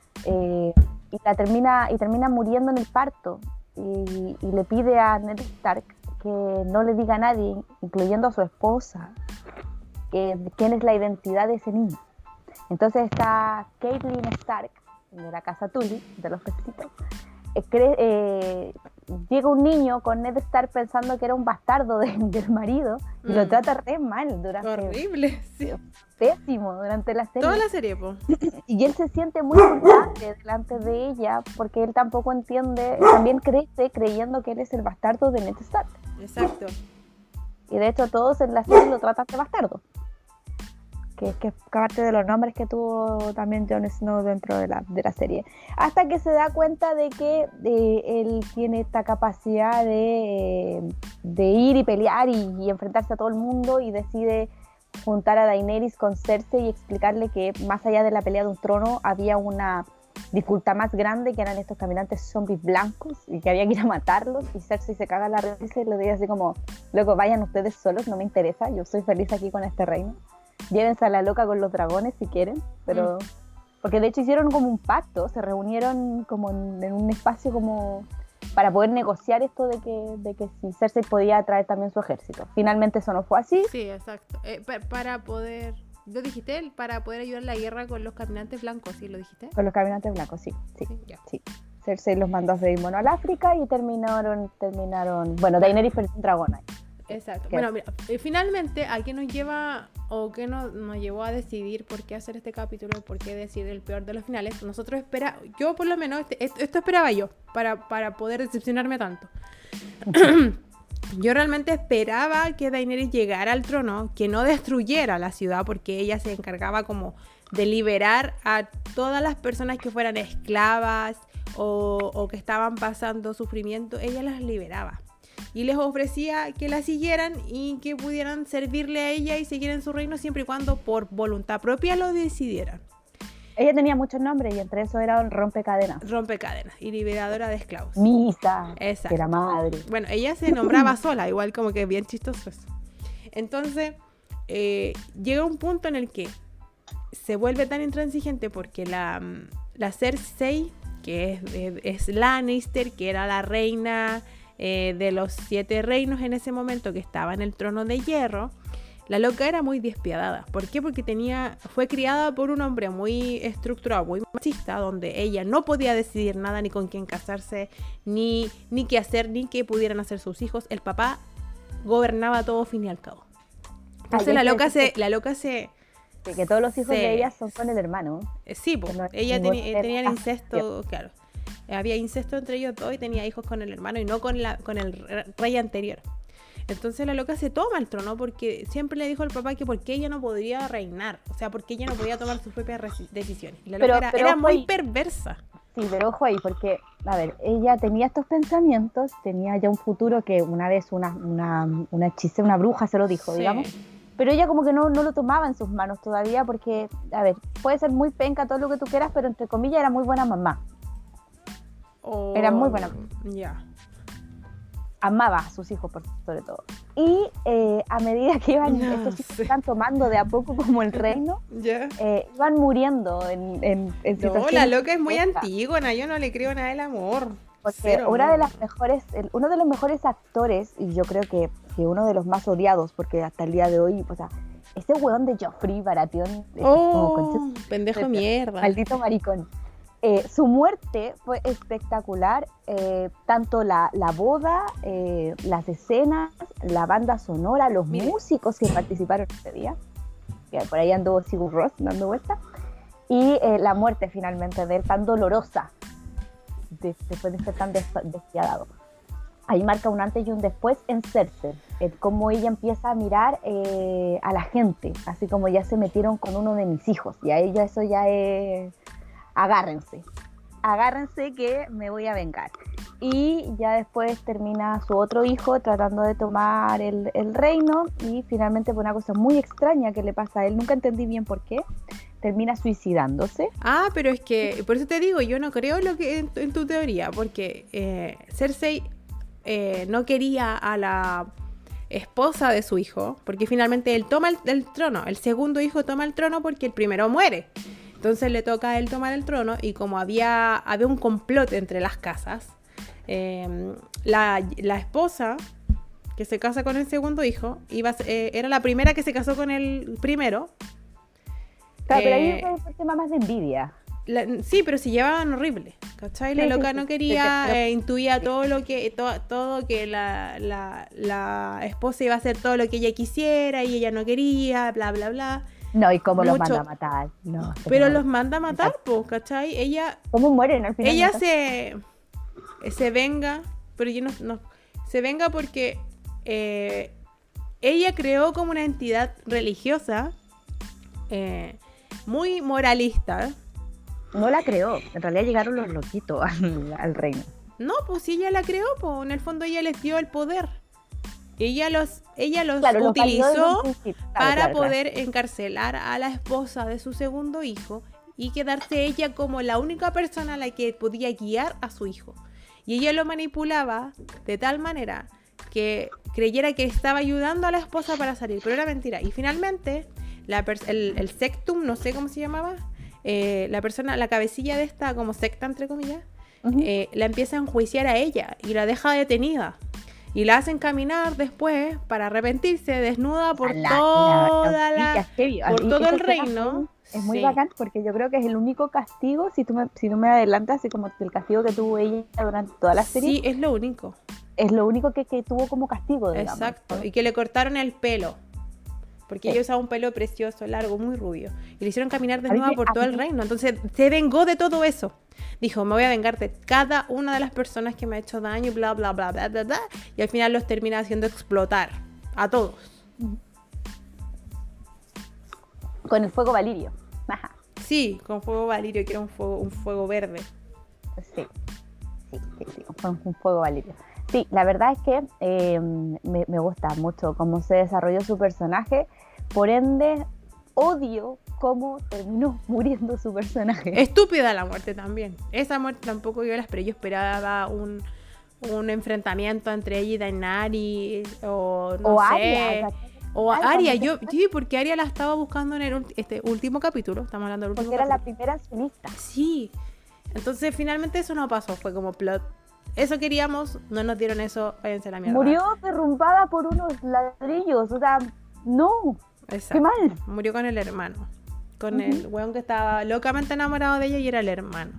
Y termina muriendo en el parto. Y le pide a Ned Stark que no le diga a nadie, incluyendo a su esposa, quién es la identidad de ese niño. Entonces está Catelyn Stark, de la casa Tully, de los pececitos, llega un niño con Ned Stark pensando que era un bastardo del marido y lo trata re mal durante... Horrible, sí. Pésimo durante la serie. Toda la serie, po. Y él se siente muy culpable delante de ella porque él tampoco entiende, también crece creyendo que él es el bastardo de Ned Stark. Exacto. Y de hecho todos en la serie lo tratan de bastardo. Que es parte de los nombres que tuvo también Jon Snow dentro de la serie. Hasta que se da cuenta de que él tiene esta capacidad de ir y pelear y enfrentarse a todo el mundo y decide juntar a Daenerys con Cersei y explicarle que más allá de la pelea de un trono había una dificultad más grande, que eran estos caminantes zombies blancos y que había que ir a matarlos. Y Cersei se caga la risa y le dice así como, loco, vayan ustedes solos, no me interesa, yo soy feliz aquí con este reino. Llévense a la loca con los dragones si quieren, pero... Porque de hecho hicieron como un pacto, se reunieron como en un espacio como para poder negociar esto de que si Cersei podía traer también su ejército. Finalmente eso no fue así. Sí, exacto. Para poder... ¿Lo dijiste? Para poder ayudar en la guerra con los caminantes blancos, ¿sí lo dijiste? Con los caminantes blancos, sí. Cersei los mandó a freír mono al África y terminaron... Bueno, Daenerys perdió un dragón ahí. Exacto. Bueno, mira, finalmente, ¿a qué nos lleva o qué nos llevó a decidir por qué hacer este capítulo, por qué decir el peor de los finales? Nosotros yo por lo menos, esto esperaba yo, para poder decepcionarme tanto. Yo realmente esperaba que Daenerys llegara al trono, que no destruyera la ciudad, porque ella se encargaba como de liberar a todas las personas que fueran esclavas o que estaban pasando sufrimiento, ella las liberaba. Y les ofrecía que la siguieran y que pudieran servirle a ella y seguir en su reino siempre y cuando por voluntad propia lo decidieran. Ella tenía muchos nombres y entre eso era rompecadenas. Rompecadenas y liberadora de esclavos. Misa, Exacto. que era madre. Bueno, ella se nombraba sola, igual como que bien chistoso eso. Entonces, llega un punto en el que se vuelve tan intransigente porque la Cersei, que es Lannister, que era la reina de los 7 reinos en ese momento, que estaba en el trono de hierro, la loca era muy despiadada. ¿Por qué? Porque fue criada por un hombre muy estructurado, muy machista, donde ella no podía decidir nada, ni con quién casarse, ni qué hacer, ni qué pudieran hacer sus hijos. El papá gobernaba todo fin y al cabo. Entonces la loca se... Que todos los hijos de ella son con el hermano. Sí, pues no, ella tenía incesto, claro. Había incesto entre ellos dos y tenía hijos con el hermano y no con el rey anterior. Entonces la loca se toma el trono porque siempre le dijo al papá que por qué ella no podría reinar. O sea, por qué ella no podía tomar sus propias decisiones. Y la loca era muy perversa. Sí, pero ojo ahí, porque, a ver, ella tenía estos pensamientos, tenía ya un futuro que una vez una hechicera, una bruja se lo dijo, sí, digamos. Pero ella como que no lo tomaba en sus manos todavía porque, a ver, puede ser muy penca todo lo que tú quieras, pero entre comillas era muy buena mamá. Era muy buena mamá. Ya. Amaba a sus hijos sobre todo. Y a medida que estos hijos iban tomando de a poco como el reino, iban muriendo en situaciones. No, la loca es muy antigua, yo no le creo nada del amor. Porque uno de los mejores actores, y yo creo que uno de los más odiados, porque hasta el día de hoy, o sea, ese weón de Joffrey Baratheon, pendejo mierda. Maldito maricón. Su muerte fue espectacular, tanto la boda, las escenas, la banda sonora, los músicos que participaron ese día, que por ahí anduvo Sigur Rós dando vueltas, y la muerte finalmente de él tan dolorosa, después de ser tan despiadado. Ahí marca un antes y un después en Cersei, cómo ella empieza a mirar a la gente, así como ya se metieron con uno de mis hijos, y a ella eso ya es... agárrense que me voy a vengar. Y ya después termina su otro hijo tratando de tomar el reino y finalmente por una cosa muy extraña que le pasa a él, nunca entendí bien por qué, termina suicidándose. Pero es que, por eso te digo, yo no creo en tu teoría, porque Cersei no quería a la esposa de su hijo, porque finalmente él toma el trono, el segundo hijo toma el trono porque el primero muere. Entonces le toca a él tomar el trono y como había un complot entre las casas, la esposa que se casa con el segundo hijo era la primera que se casó con el primero. Claro, pero ahí es un tema más de envidia. Sí, pero se llevaban horrible, ¿cachai? La loca no quería, intuía todo que la esposa iba a hacer todo lo que ella quisiera y ella no quería, bla, bla, bla. No, y cómo los manda a matar. No, pero los manda a matar, pues, ¿cachai? Ella... ¿Cómo mueren al final? Ella se venga, pero yo no... Se venga porque ella creó como una entidad religiosa muy moralista. No la creó, en realidad llegaron los loquitos al reino. No, pues si ella la creó, pues en el fondo ella les dio el poder. Ella los utilizó para poder encarcelar a la esposa de su segundo hijo y quedarse ella como la única persona a la que podía guiar a su hijo. Y ella lo manipulaba de tal manera que creyera que estaba ayudando a la esposa para salir, pero era mentira. Y finalmente, el sectum, no sé cómo se llamaba, la cabecilla de esta como secta, entre comillas, la empieza a enjuiciar a ella y la deja detenida. Y la hacen caminar después para arrepentirse, desnuda por todo el reino. Es muy bacán porque yo creo que es el único castigo, si tú me adelantas, así como el castigo que tuvo ella durante toda la serie. Sí, es lo único. Es lo único que tuvo como castigo, digamos. Exacto, y que le cortaron el pelo. Porque ella usaba un pelo precioso, largo, muy rubio. Y le hicieron caminar desnuda por todo el reino. Entonces se vengó de todo eso. Dijo, me voy a vengar de cada una de las personas que me ha hecho daño, bla, bla, bla, bla, bla, bla. Y al final los termina haciendo explotar a todos. Con el fuego valirio. Ajá. Sí, con fuego valirio, que era un fuego verde. Sí, sí, un fuego Valirio. Sí, la verdad es que me gusta mucho cómo se desarrolló su personaje, por ende odio cómo terminó muriendo su personaje. Estúpida la muerte también. Esa muerte tampoco yo la esperé. Yo esperaba un enfrentamiento entre ella y Daenerys, o no O sé. Arya, O Arya, Arya, cuando sí, porque Arya la estaba buscando en este último capítulo. Estamos hablando del último porque era la capítulo. primera en su lista. Sí. Entonces finalmente eso no pasó. Fue como plot. Eso queríamos, no nos dieron eso, váyanse a la mierda. Murió derrumbada por unos ladrillos, o sea, no, Exacto. qué mal. Murió con el hermano. Con el weón que estaba locamente enamorado de ella y era el hermano.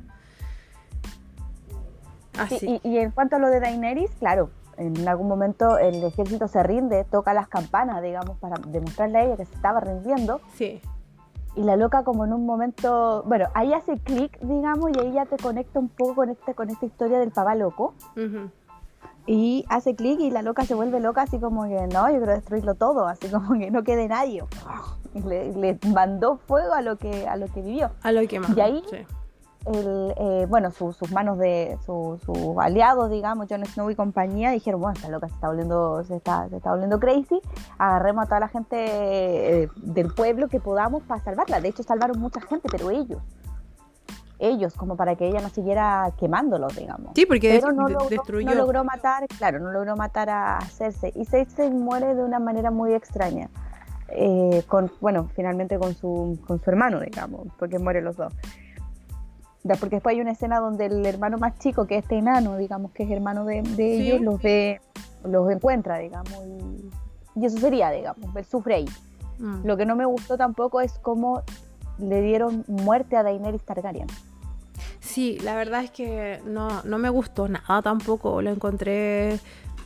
Así. Sí, y en cuanto a lo de Daenerys, claro, en algún momento el ejército se rinde, toca las campanas, digamos, para demostrarle a ella que se estaba rindiendo. Sí. Y la loca como en un momento, bueno, ahí hace clic, digamos, y ahí ya te conecta un poco con esta historia del papá loco. Uh-huh. Y hace clic y la loca se vuelve loca, así como que no, yo quiero destruirlo todo, así como que no quede nadie. Y le mandó fuego a lo que vivió. A lo que más. Y ahí, sí. bueno, sus manos de sus aliados, digamos, Jon Snow y compañía, dijeron, bueno, esta loca se está volviendo crazy, agarremos a toda la gente del pueblo que podamos para salvarla. De hecho, salvaron mucha gente, pero ellos, como para que ella no siguiera quemándolos, digamos. Sí, porque pero destruyó. no logró matar a Cersei. Y Cersei muere de una manera muy extraña. Finalmente con su hermano, digamos, porque mueren los dos. Porque después hay una escena donde el hermano más chico, que es este enano, digamos, que es hermano de ellos, los encuentra, digamos, y eso sería, digamos, él sufre ahí. Lo que no me gustó tampoco es cómo le dieron muerte a Daenerys Targaryen. Sí, la verdad es que no me gustó nada tampoco, lo encontré...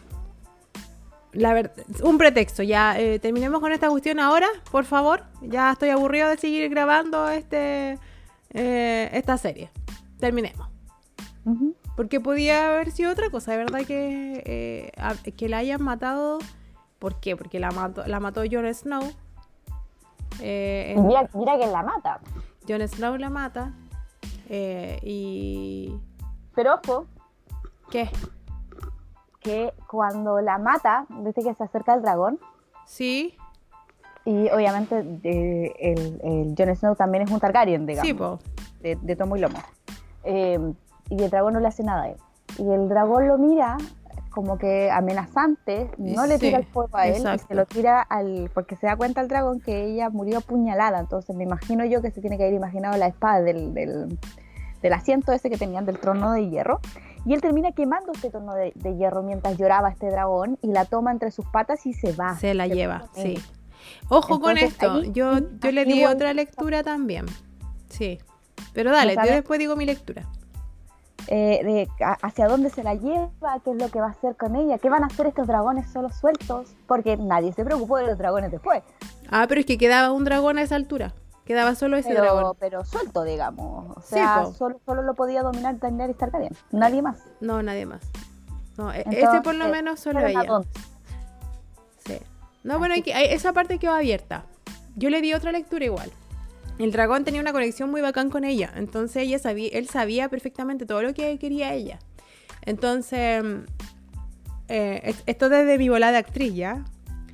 un pretexto, ya terminemos con esta cuestión ahora, por favor. Ya estoy aburrido de seguir grabando esta serie. Terminemos. Uh-huh. Porque podía haber sido otra cosa, de verdad que la hayan matado. ¿Por qué? Porque la mató Jon Snow. Mira que la mata. Jon Snow la mata. Pero ojo. ¿Qué? Que cuando la mata, dice que se acerca al dragón. Sí. Y obviamente el Jon Snow también es un Targaryen, digamos. Sí, po. De tomo y lomo. Y el dragón no le hace nada a él. Y el dragón lo mira como que amenazante, no le tira el fuego a él, exacto. Y se lo tira porque se da cuenta el dragón que ella murió apuñalada. Entonces me imagino yo que se tiene que haber imaginado la espada del asiento ese que tenían del trono de hierro. Y él termina quemando este trono de hierro mientras lloraba este dragón y la toma entre sus patas y se va. Se la lleva, sí. Ojo. Entonces, con esto, yo le di otra lectura también. Sí. Pero dale, yo después digo mi lectura. Hacia dónde se la lleva, qué es lo que va a hacer con ella, qué van a hacer estos dragones solos sueltos, porque nadie se preocupó de los dragones después. Ah, pero es que quedaba un dragón a esa altura. Quedaba solo ese dragón. Pero suelto, digamos. O sea, sí, solo lo podía dominar Daenerys Targaryen. Nadie más. No, nadie más. No, entonces, ese por lo menos solo ella. Sí. No, bueno, esa parte quedó abierta. Yo le di otra lectura igual. El dragón tenía una conexión muy bacán con ella. Entonces él sabía perfectamente todo lo que quería ella. Entonces, esto desde mi volada de actriz, ¿ya?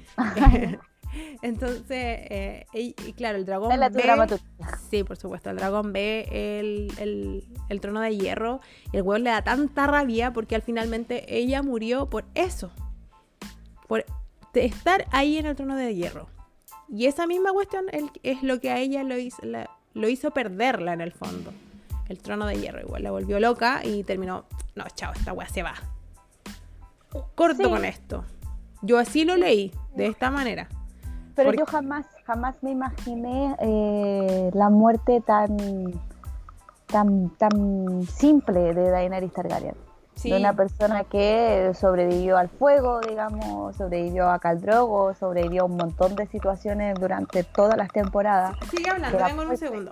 Entonces, y claro, el dragón ve... Sí, por supuesto, el dragón ve el trono de hierro y el hueón le da tanta rabia porque finalmente ella murió por eso. Por estar ahí en el trono de hierro. Y esa misma cuestión es lo que a ella lo hizo perderla en el fondo. El trono de hierro igual la volvió loca y terminó, no, chao, esta wea se va. Corto con esto. Yo así lo leí, de esta manera. Pero yo jamás me imaginé la muerte tan simple de Daenerys Targaryen. Sí. De una persona que sobrevivió al fuego, digamos, sobrevivió a Khal Drogo, sobrevivió a un montón de situaciones durante todas las temporadas. Sigue hablando, vengo en un segundo.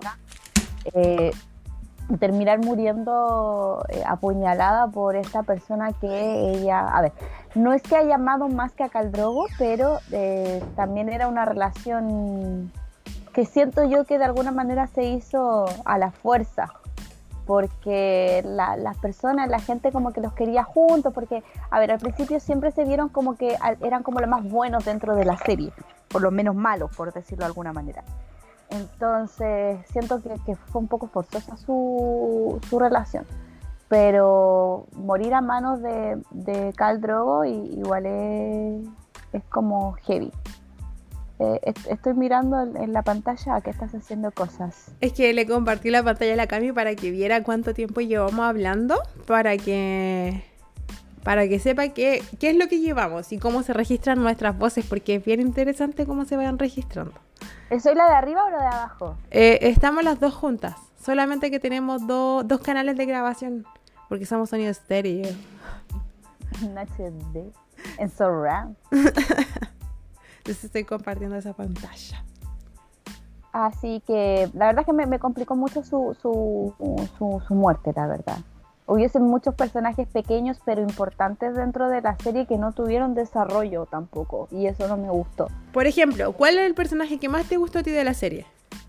Terminar muriendo apuñalada por esta persona que ella... A ver, no es que haya amado más que a Khal Drogo, pero también era una relación que siento yo que de alguna manera se hizo a la fuerza. porque las personas, la gente como que los quería juntos, porque, a ver, al principio siempre se vieron como que eran como los más buenos dentro de la serie, por lo menos malos, por decirlo de alguna manera. Entonces siento que fue un poco forzosa su relación, pero morir a manos de Khal Drogo igual es como heavy. Estoy mirando en la pantalla que estás haciendo cosas. Es que le compartí la pantalla a la Cami para que viera cuánto tiempo llevamos hablando, para que sepa qué es lo que llevamos y cómo se registran nuestras voces, porque es bien interesante cómo se vayan registrando. ¿Soy la de arriba o la de abajo? Estamos las dos juntas, solamente que tenemos dos canales de grabación, porque somos sonido estéreo. En HD, en surround. Entonces estoy compartiendo esa pantalla. Así que la verdad es que me complicó mucho su muerte, la verdad. Hubiesen muchos personajes pequeños pero importantes dentro de la serie que no tuvieron desarrollo tampoco, y eso no me gustó. Por ejemplo, ¿cuál es el personaje que más te gustó a ti de la serie?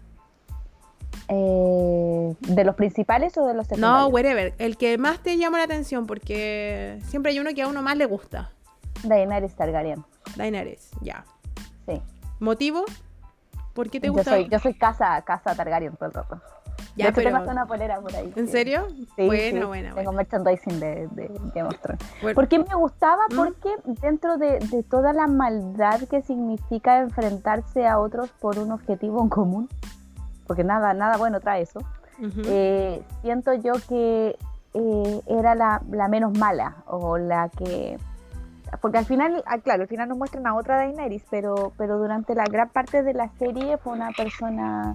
¿De los principales o de los secundarios? No, whatever, el que más te llama la atención, porque siempre hay uno que a uno más le gusta. Daenerys Targaryen. Daenerys, ya. Sí. ¿Motivo? ¿Por qué te gusta? Yo soy casa Targaryen todo el rato. Ya, de hecho, pero... tengo hasta una polera por ahí. ¿En sí. serio? Sí, Buena, sí. buena. Tengo merchandising de Game of Thrones. Bueno. ¿Por qué me gustaba? Porque dentro de toda la maldad que significa enfrentarse a otros por un objetivo en común, porque nada bueno trae eso, siento yo que era la menos mala, o la que... Porque al final nos muestran a otra Daenerys, pero durante la gran parte de la serie fue una persona,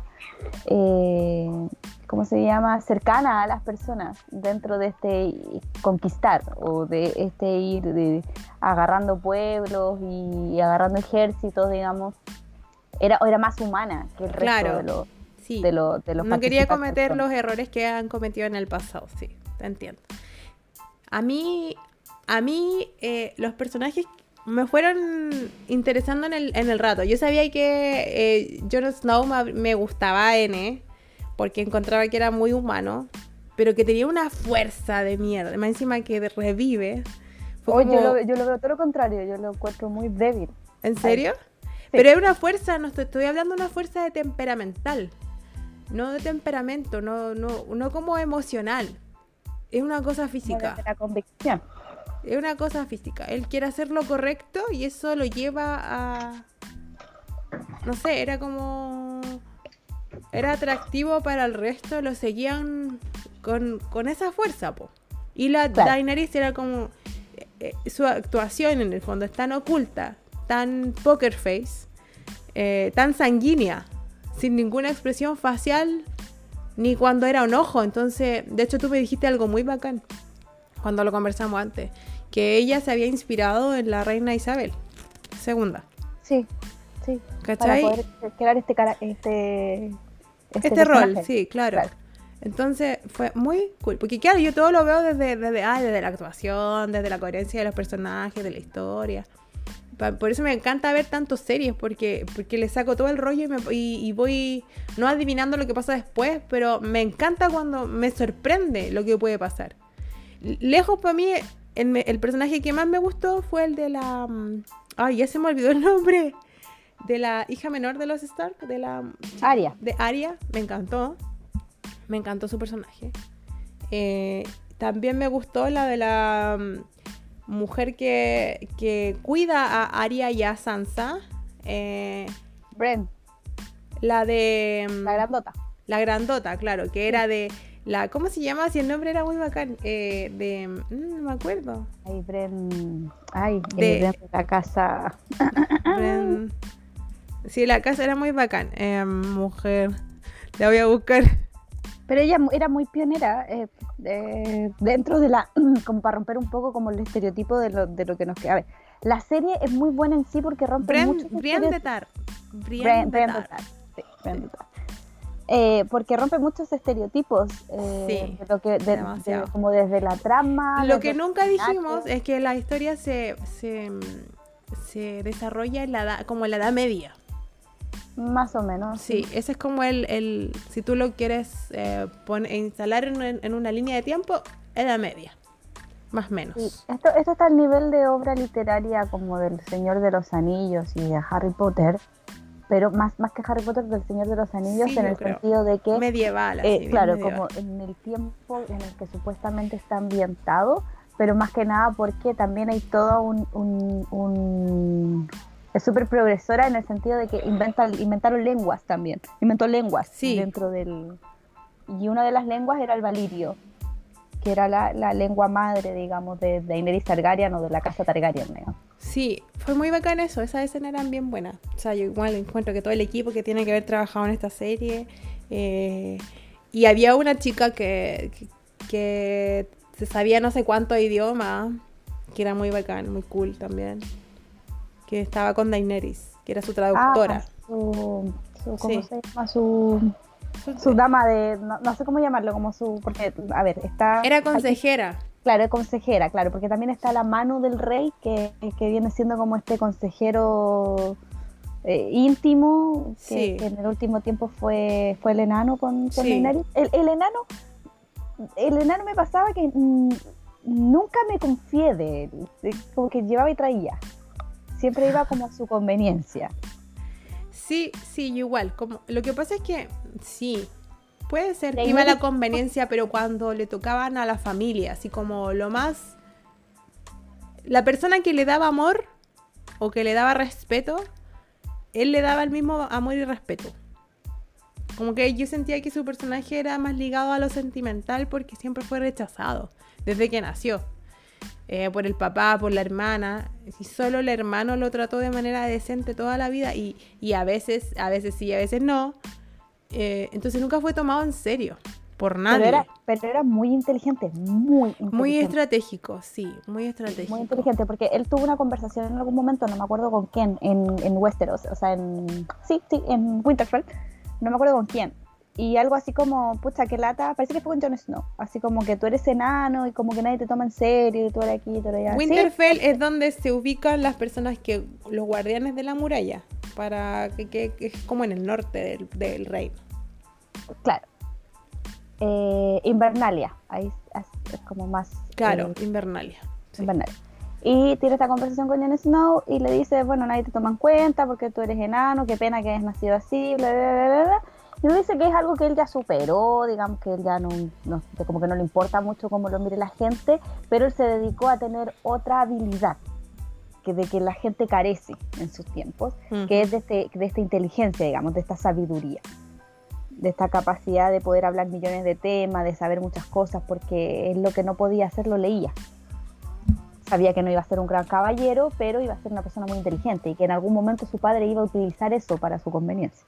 ¿cómo se llama?, cercana a las personas dentro de este conquistar, o de este ir agarrando pueblos y agarrando ejércitos, digamos. Era más humana que el resto de los sí. de los no quería cometer los errores que han cometido en el pasado, sí, te entiendo. A mí los personajes me fueron interesando en el rato. Yo sabía que Jon Snow me gustaba N, porque encontraba que era muy humano, pero que tenía una fuerza de mierda, más encima que revive. Yo lo veo todo lo contrario, yo lo encuentro muy débil. ¿En serio? Sí. Pero es una fuerza, no estoy hablando de una fuerza de temperamental, no de temperamento, no como emocional. Es una cosa física. De la convicción. Es una cosa física. Él quiere hacer lo correcto y eso lo lleva a... No sé, era atractivo para el resto, lo seguían con esa fuerza, po. Y la Daenerys era como... su actuación en el fondo es tan oculta, tan poker face, tan sanguínea, sin ninguna expresión facial, ni cuando era un ojo. Entonces, de hecho tú me dijiste algo muy bacán cuando lo conversamos antes, que ella se había inspirado en la reina Isabel II. Sí. ¿Cachai? Para poder crear este rol, sí, claro. Entonces fue muy cool, porque claro, yo todo lo veo desde la actuación, desde la coherencia de los personajes, de la historia. Por eso me encanta ver tantas series, porque le saco todo el rollo y voy no adivinando lo que pasa después, pero me encanta cuando me sorprende lo que puede pasar. Lejos, para mí, el personaje que más me gustó fue el de la... Ay, ya se me olvidó el nombre. De la hija menor de los Stark, de la... Arya. De Arya, me encantó su personaje. También me gustó la de la mujer que cuida a Arya y a Sansa. Bren. La de... La grandota. La grandota, claro, que era de... ¿Cómo se llama? Si el nombre era muy bacán. No me acuerdo. Bren de la casa. Bren. Sí, la casa era muy bacán. Mujer. La voy a buscar. Pero ella era muy pionera dentro de la... como para romper un poco como el estereotipo de lo que nos queda. A ver, la serie es muy buena en sí porque rompe muchos Brienne de Tar. Brienne de Tar. Sí, Brienne de Tar. Porque rompe muchos estereotipos, sí, como desde la trama. Lo que nunca dijimos es que la historia se desarrolla como en la Edad Media. Más o menos. Sí, ese es como si tú lo quieres instalar en una línea de tiempo, Edad Media, más o menos. Sí, esto está al nivel de obra literaria como del Señor de los Anillos y de Harry Potter, pero más que Harry Potter, del Señor de los Anillos, Sí, en el sentido de que medieval, así, bien claro, medieval. como en el tiempo en el que supuestamente está ambientado, pero más que nada porque también hay todo es súper progresora en el sentido de que inventaron lenguas también, inventó lenguas Sí, dentro del... Y una de las lenguas era el valirio, que era la lengua madre, digamos, de Daenerys Targaryen o de la casa Targaryen, digamos. sí, fue muy bacán eso, esas escenas eran bien buenas. O sea, yo igual encuentro que todo el equipo que tiene que haber trabajado en esta serie, y había una chica que se sabía no sé cuántos idiomas, que era muy bacán, muy cool también, que estaba con Daenerys, que era su traductora. ¿Cómo Sí. se llama? Su dama de, no sé cómo llamarlo, como porque, a ver, Era aquí, consejera. claro, es consejera, claro, porque también está la mano del rey, que viene siendo como este consejero íntimo, Sí, que en el último tiempo fue el enano con sí. Daenerys. El enano me pasaba que nunca me confié de él, como que llevaba y traía, siempre iba como a su conveniencia. Sí, sí, igual. Lo que pasa es que sí, puede ser que iba a la Daenerys, conveniencia, pero cuando le tocaban a la familia, así como lo más... La persona que le daba amor o que le daba respeto, él le daba el mismo amor y respeto. Como que yo sentía que su personaje era más ligado a lo sentimental porque siempre fue rechazado desde que nació. Por el papá, por la hermana. Y solo el hermano lo trató de manera decente toda la vida y a veces sí, a veces no. Entonces nunca fue tomado en serio por nadie. pero era muy inteligente, Muy estratégico, sí, muy muy estratégico. inteligente, porque él tuvo una conversación en algún momento, no me acuerdo con quién, en Westeros, o sea, en Winterfell, no me acuerdo con quién. Y algo así como, pucha, qué lata, parece que fue con Jon Snow, así como que tú eres enano y como que nadie te toma en serio y tú eres aquí, tú eres allá. Sí, Winterfell es donde se ubican las personas los guardianes de la muralla, que es como en el norte del reino. claro. Invernalia, ahí es como más Claro, Invernalia. Sí. Invernalia. Y tiene esta conversación con Jon Snow y le dice, bueno, nadie te toma en cuenta porque tú eres enano, qué pena que hayas nacido así, bla, bla, bla, bla, bla. Y le dice que es algo que él ya superó, digamos que él ya como que no le importa mucho cómo lo mire la gente, pero él se dedicó a tener otra habilidad de que la gente carece en sus tiempos, que es de esta inteligencia, digamos, de esta sabiduría, de esta capacidad de poder hablar millones de temas, de saber muchas cosas, porque es lo que no podía hacer, lo leía. Sabía que no iba a ser un gran caballero, pero iba a ser una persona muy inteligente y que en algún momento su padre iba a utilizar eso para su conveniencia.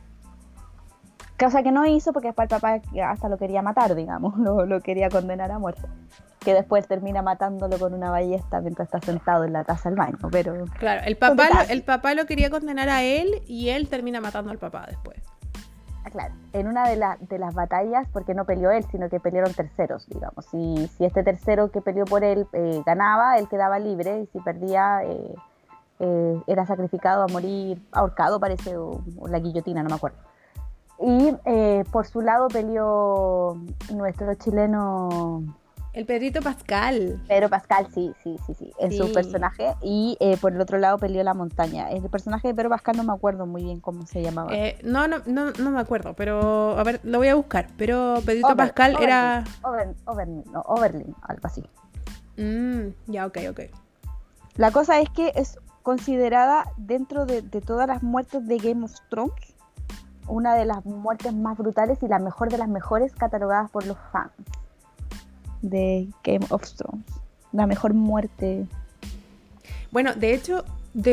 Cosa que no hizo porque después el papá hasta lo quería matar, digamos, lo quería condenar a muerte. Que después termina matándolo con una ballesta mientras está sentado en la taza del baño, pero... Claro, el papá lo quería condenar a él y él termina matando al papá después. Claro, en una de las batallas, porque no peleó él, sino que pelearon terceros, digamos. Si este tercero que peleó por él ganaba, él quedaba libre, y si perdía, era sacrificado a morir ahorcado, parece, o la guillotina, no me acuerdo. Y por su lado peleó nuestro chileno... El Pedrito Pascal. Pedro Pascal, sí, en Sí. su personaje. Y por el otro lado peleó la montaña. El personaje de Pedro Pascal no me acuerdo muy bien cómo se llamaba. No me acuerdo, pero a ver, lo voy a buscar. Pero Pedrito Pascal era... Oberlin, algo así. Ya, ok. La cosa es que es considerada dentro de todas las muertes de Game of Thrones una de las muertes más brutales y la mejor de las mejores catalogadas por los fans de Game of Thrones. La mejor muerte. Bueno, de hecho,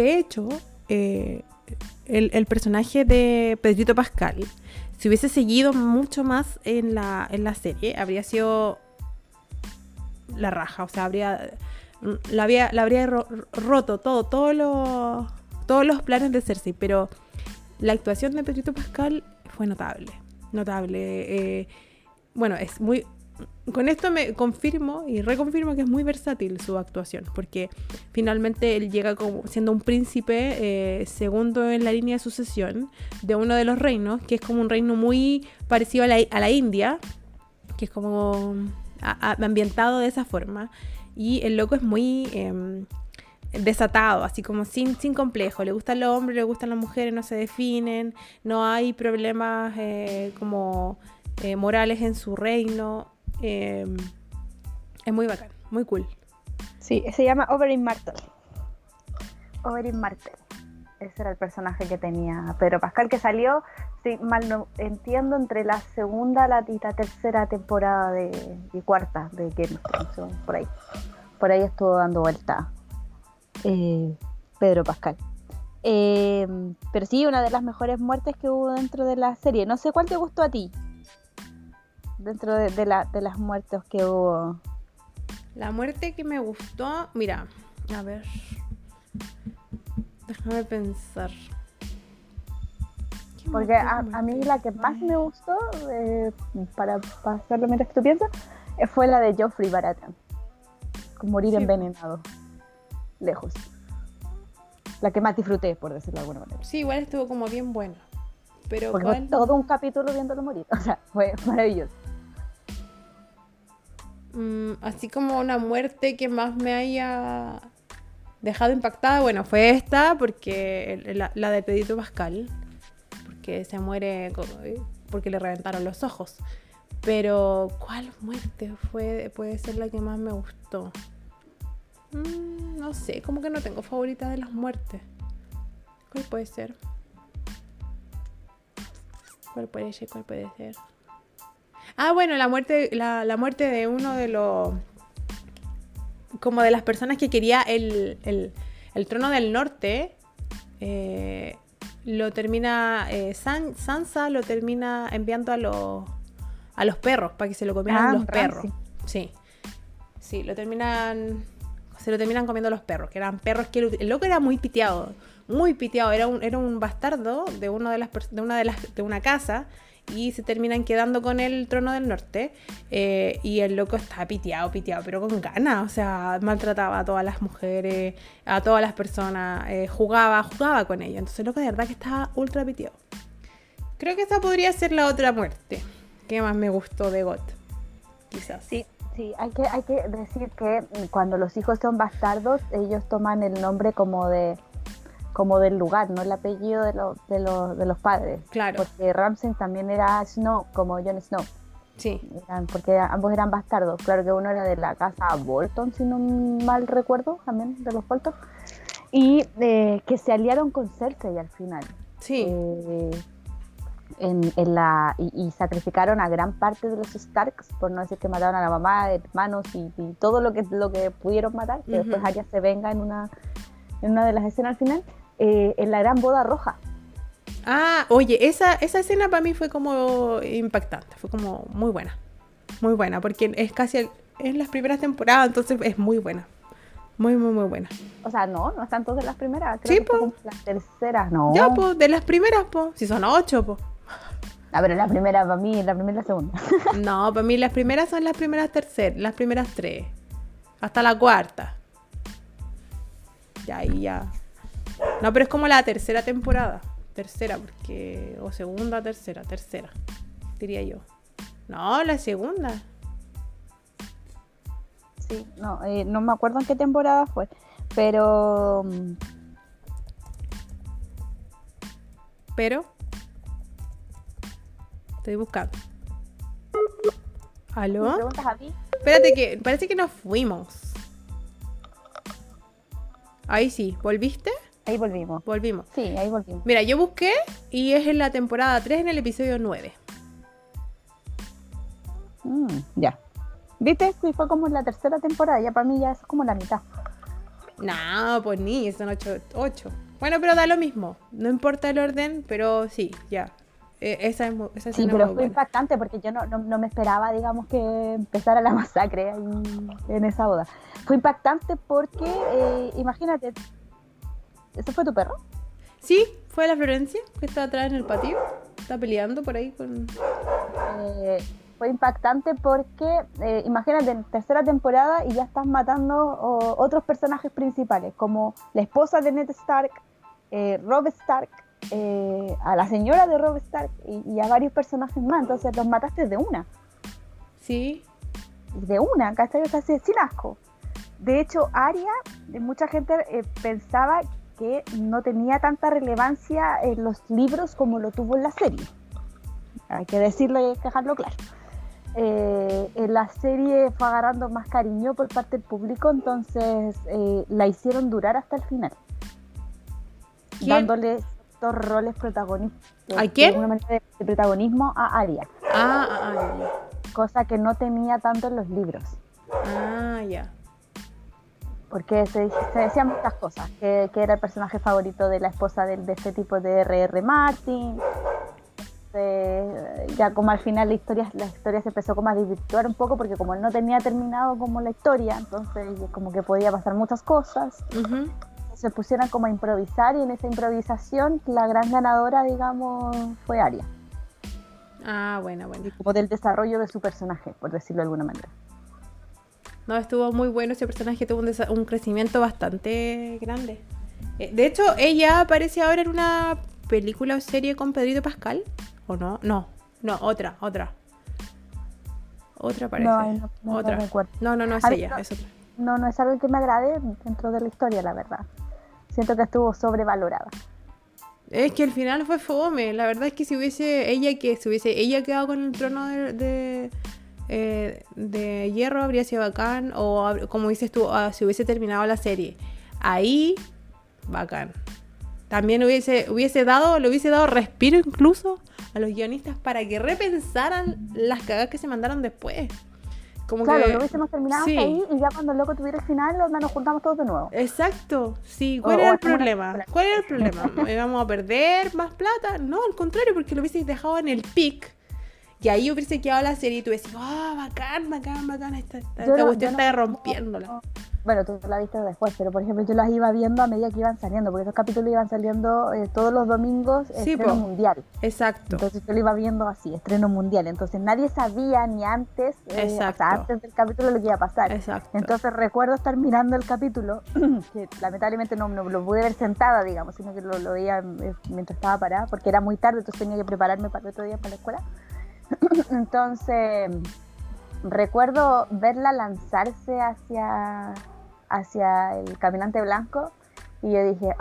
el personaje de Pedrito Pascal, si hubiese seguido mucho más en la serie, habría sido la raja. O sea, la habría roto todos los planes de Cersei. Pero la actuación de Pedrito Pascal fue notable. Bueno, es muy... con esto me confirmo y reconfirmo que es muy versátil su actuación, porque finalmente él llega como siendo un príncipe segundo en la línea de sucesión de uno de los reinos, que es como un reino muy parecido a la India, que es como ambientado de esa forma, y el loco es muy desatado, así como sin complejo, le gustan los hombres, le gustan las mujeres, no se definen, no hay problemas como morales en su reino. Es muy bacán, muy cool. Sí, se llama Oberyn Martell. Oberyn Martell. Ese era el personaje que tenía Pedro Pascal, que salió, si mal no entiendo, entre la segunda y la tercera temporada y cuarta de Game of Thrones, por ahí. Por ahí estuvo dando vuelta Pedro Pascal. Pero sí, una de las mejores muertes que hubo dentro de la serie. No sé cuál te gustó a ti. Dentro de las muertes que hubo. La muerte que me gustó, mira, a ver, déjame pensar. Porque a mí la que más me gustó, para hacerlo mientras que tú piensas, fue la de Joffrey Baratheon. Con morir envenenado. Lejos. La que más disfruté, por decirlo de alguna manera. Sí, igual estuvo como bien buena. Pero porque fue todo un capítulo viéndolo morir. O sea, fue maravilloso. Así como una muerte que más me haya dejado impactada, bueno, fue esta, porque la de Pedrito Pascal, porque se muere porque le reventaron los ojos. Pero ¿cuál muerte puede ser la que más me gustó? No sé, como que no tengo favorita de las muertes. ¿Cuál puede ser? ¿Cuál puede ser? Ah, bueno, la muerte de uno de los... como de las personas que quería el trono del norte. Lo termina... Sansa lo termina enviando a los perros, para que se lo comieran los perros. Sí. Sí, se lo terminan comiendo los perros, que eran perros que el loco era muy piteado. Muy piteado. Era un bastardo de una casa. Y se terminan quedando con el trono del norte. Y el loco está piteado, pero con ganas. O sea, maltrataba a todas las mujeres, a todas las personas. Jugaba con ellos. Entonces el loco de verdad que estaba ultra piteado. Creo que esa podría ser la otra muerte que más me gustó de GOT. Quizás. Sí, hay que decir que cuando los hijos son bastardos, ellos toman el nombre como del lugar, no el apellido de los padres. Claro. Porque Ramsay también era Snow, como Jon Snow. Sí. Porque ambos eran bastardos. Claro que uno era de la casa Bolton, si no mal recuerdo, también de los Bolton. Y que se aliaron con Cersei al final. Sí. Y sacrificaron a gran parte de los Starks, por no decir que mataron a la mamá, hermanos y todo lo que pudieron matar, que después Arya se venga en una de las escenas al final. En la gran boda roja. Ah, oye, esa escena para mí fue como impactante, fue como muy buena, porque es casi en las primeras temporadas, entonces es muy buena, muy buena. O sea, no están todas de las primeras, creo que fue las terceras, no. Ya, pues, de las primeras, pues, si son 8, pues. Ah, pero la primera para mí, la primera y la segunda. No, para mí las primeras son las primeras 3, hasta la 4. Ya, ahí ya. No, pero es como la tercera temporada. Tercera, porque... o segunda, tercera, diría yo. No, la segunda. Sí, no me acuerdo en qué temporada fue. Pero... Estoy buscando. ¿Aló? ¿Me preguntas a mí? Espérate que... parece que nos fuimos. Ahí sí, ¿volviste? Ahí volvimos. Sí, ahí volvimos. Mira, yo busqué y es en la temporada 3, en el episodio 9. Ya. ¿Viste? Sí, fue como en la tercera temporada. Ya para mí ya es como la mitad. No, pues ni, son 8. Bueno, pero da lo mismo. No importa el orden, pero sí, ya. Esa sí, pero fue impactante porque yo no me esperaba, digamos, que empezara la masacre ahí en esa boda. Fue impactante porque, imagínate, ¿ese fue tu perro? Sí, fue la Florencia, que está atrás en el patio. Está peleando por ahí con... fue impactante porque, imagínate, en tercera temporada y ya estás matando otros personajes principales, como la esposa de Ned Stark, Robb Stark, a la señora de Robb Stark y a varios personajes más, entonces los mataste de una. Sí. De una, ¿cachai? O sea, sin asco. De hecho, Arya, mucha gente pensaba que no tenía tanta relevancia en los libros como lo tuvo en la serie. Hay que decirlo y dejarlo claro. En la serie fue agarrando más cariño por parte del público, entonces la hicieron durar hasta el final. Dándole estos roles protagonistas. ¿A quién? De protagonismo a Arya. Ya. Cosa que no tenía tanto en los libros. Ya. Porque se decían muchas cosas, que era el personaje favorito de la esposa de este tipo de R.R. Martin. Ya como al final la historia se empezó como a desvirtuar un poco, porque como él no tenía terminado como la historia, entonces como que podía pasar muchas cosas. Uh-huh. Se pusieron como a improvisar, y en esa improvisación la gran ganadora, digamos, fue Arya. Bueno. Como del desarrollo de su personaje, por decirlo de alguna manera. No, estuvo muy bueno ese personaje, tuvo un crecimiento bastante grande. De hecho, ella aparece ahora en una película o serie con Pedrito Pascal, ¿o no? No, otra. Otra parece. No otra. recuerdo. No, es ella, es otra. No es algo que me agrade dentro de la historia, la verdad. Siento que estuvo sobrevalorada. Es que el final fue fome. La verdad es que si hubiese ella quedado con el trono de hierro, habría sido bacán. O como dices tú, si hubiese terminado la serie ahí, bacán. También le hubiese dado respiro incluso a los guionistas para que repensaran las cagadas que se mandaron después. Como claro, que lo hubiésemos terminado hasta ahí, y ya cuando el loco tuviera el final, nos juntamos todos de nuevo. Exacto, sí. ¿Cuál era el problema? ¿Íbamos a perder más plata? No, al contrario, porque lo hubieses dejado en el pic, y ahí hubiese quedado la serie y tú decís, bacán, esta cuestión está rompiéndola. Bueno, tú la viste después, pero por ejemplo yo las iba viendo a medida que iban saliendo, porque esos capítulos iban saliendo todos los domingos, estreno mundial. Exacto. Entonces yo lo iba viendo así, estreno mundial. Entonces nadie sabía ni antes, antes del capítulo, lo que iba a pasar. Exacto. Entonces recuerdo estar mirando el capítulo, que lamentablemente no lo pude ver sentada, digamos, sino que lo veía mientras estaba parada, porque era muy tarde, entonces tenía que prepararme para el otro día para la escuela. Entonces recuerdo verla lanzarse hacia el caminante blanco, y yo dije,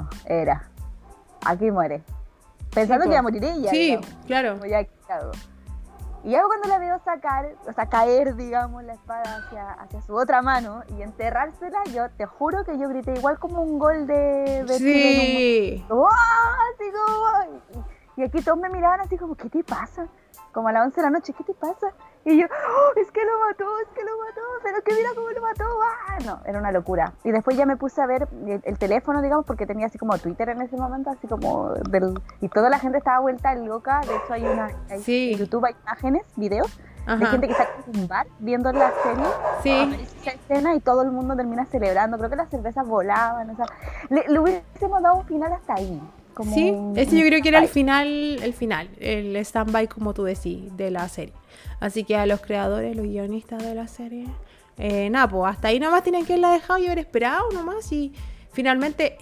aquí muere, pensando que iba a morir ella. Sí, digamos, claro. como ya quedado. Y luego cuando la veo caer, digamos, la espada hacia su otra mano y enterrársela, yo te juro que yo grité igual como un gol de sí. ¡Oh! Así como, y aquí todos me miraban así como, ¿qué te pasa? Como a las 11 de la noche, ¿qué te pasa? Y yo, es que lo mató, pero que mira cómo lo mató. No, era una locura. Y después ya me puse a ver el teléfono, digamos, porque tenía así como Twitter en ese momento, así como y toda la gente estaba vuelta loca. De hecho en YouTube hay imágenes, videos, de gente que está en un bar viendo la serie, esa escena, y todo el mundo termina celebrando. Creo que las cervezas volaban, o sea, le hubiésemos dado un final hasta ahí. Sí, ese yo creo que era el final, el stand-by, como tú decís, de la serie. Así que a los creadores, los guionistas de la serie, pues hasta ahí nomás tienen que haberla dejado y haber esperado nomás. Y finalmente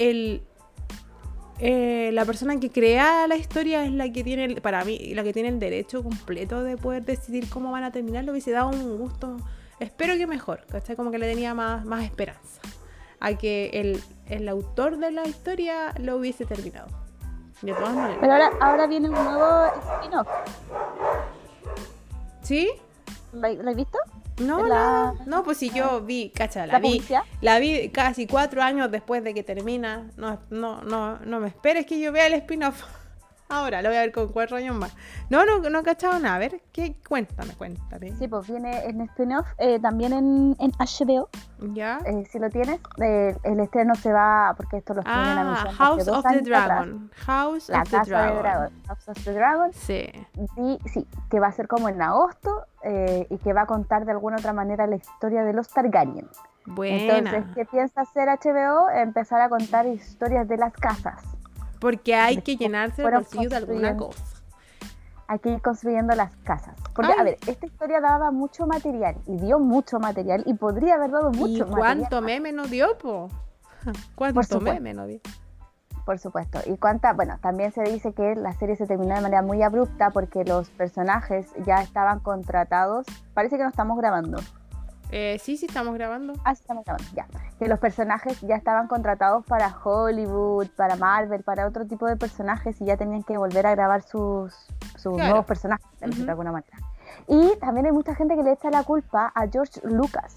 la persona que crea la historia es la que tiene, para mí, la que tiene el derecho completo de poder decidir cómo van a terminar. Le hubiese dado un gusto, espero que mejor, ¿cachai? Como que le tenía más esperanza a que el autor de la historia lo hubiese terminado. De todas maneras. Pero ahora viene un nuevo spin-off. ¿Sí? ¿Lo has visto? No, pues si yo vi, la vi casi 4 años después de que termina. No me esperes que yo vea el spin-off. Ahora lo voy a ver con 4 años más. No he cachado nada. A ver, cuéntame. Sí, pues viene en spin-off también en HBO. ¿Ya? Si lo tienes, el estreno se va, porque esto lo tienen anunciado House of the Dragon. House of the Dragon. Sí. Sí, que va a ser como en agosto, y que va a contar de alguna otra manera la historia de los Targaryen. Buena. Entonces, ¿qué piensa hacer HBO? Empezar a contar historias de las casas. Porque hay que llenarse el bolsillo de alguna cosa. hay que ir construyendo las casas. Porque, Ay. a ver, esta historia daba mucho material y dio mucho material y podría haber dado ¿Y mucho cuánto material. meme nos dio, po? ¿Cuánto supuesto. meme nos dio? Por supuesto. Y bueno, también se dice que la serie se terminó de manera muy abrupta porque los personajes ya estaban contratados. Parece que no estamos grabando. Sí, estamos grabando. Ah, sí, estamos grabando, ya. Que los personajes ya estaban contratados para Hollywood, para Marvel, para otro tipo de personajes y ya tenían que volver a grabar sus Claro. nuevos personajes, de Ujú. alguna manera. Y también hay mucha gente que le echa la culpa a George Lucas.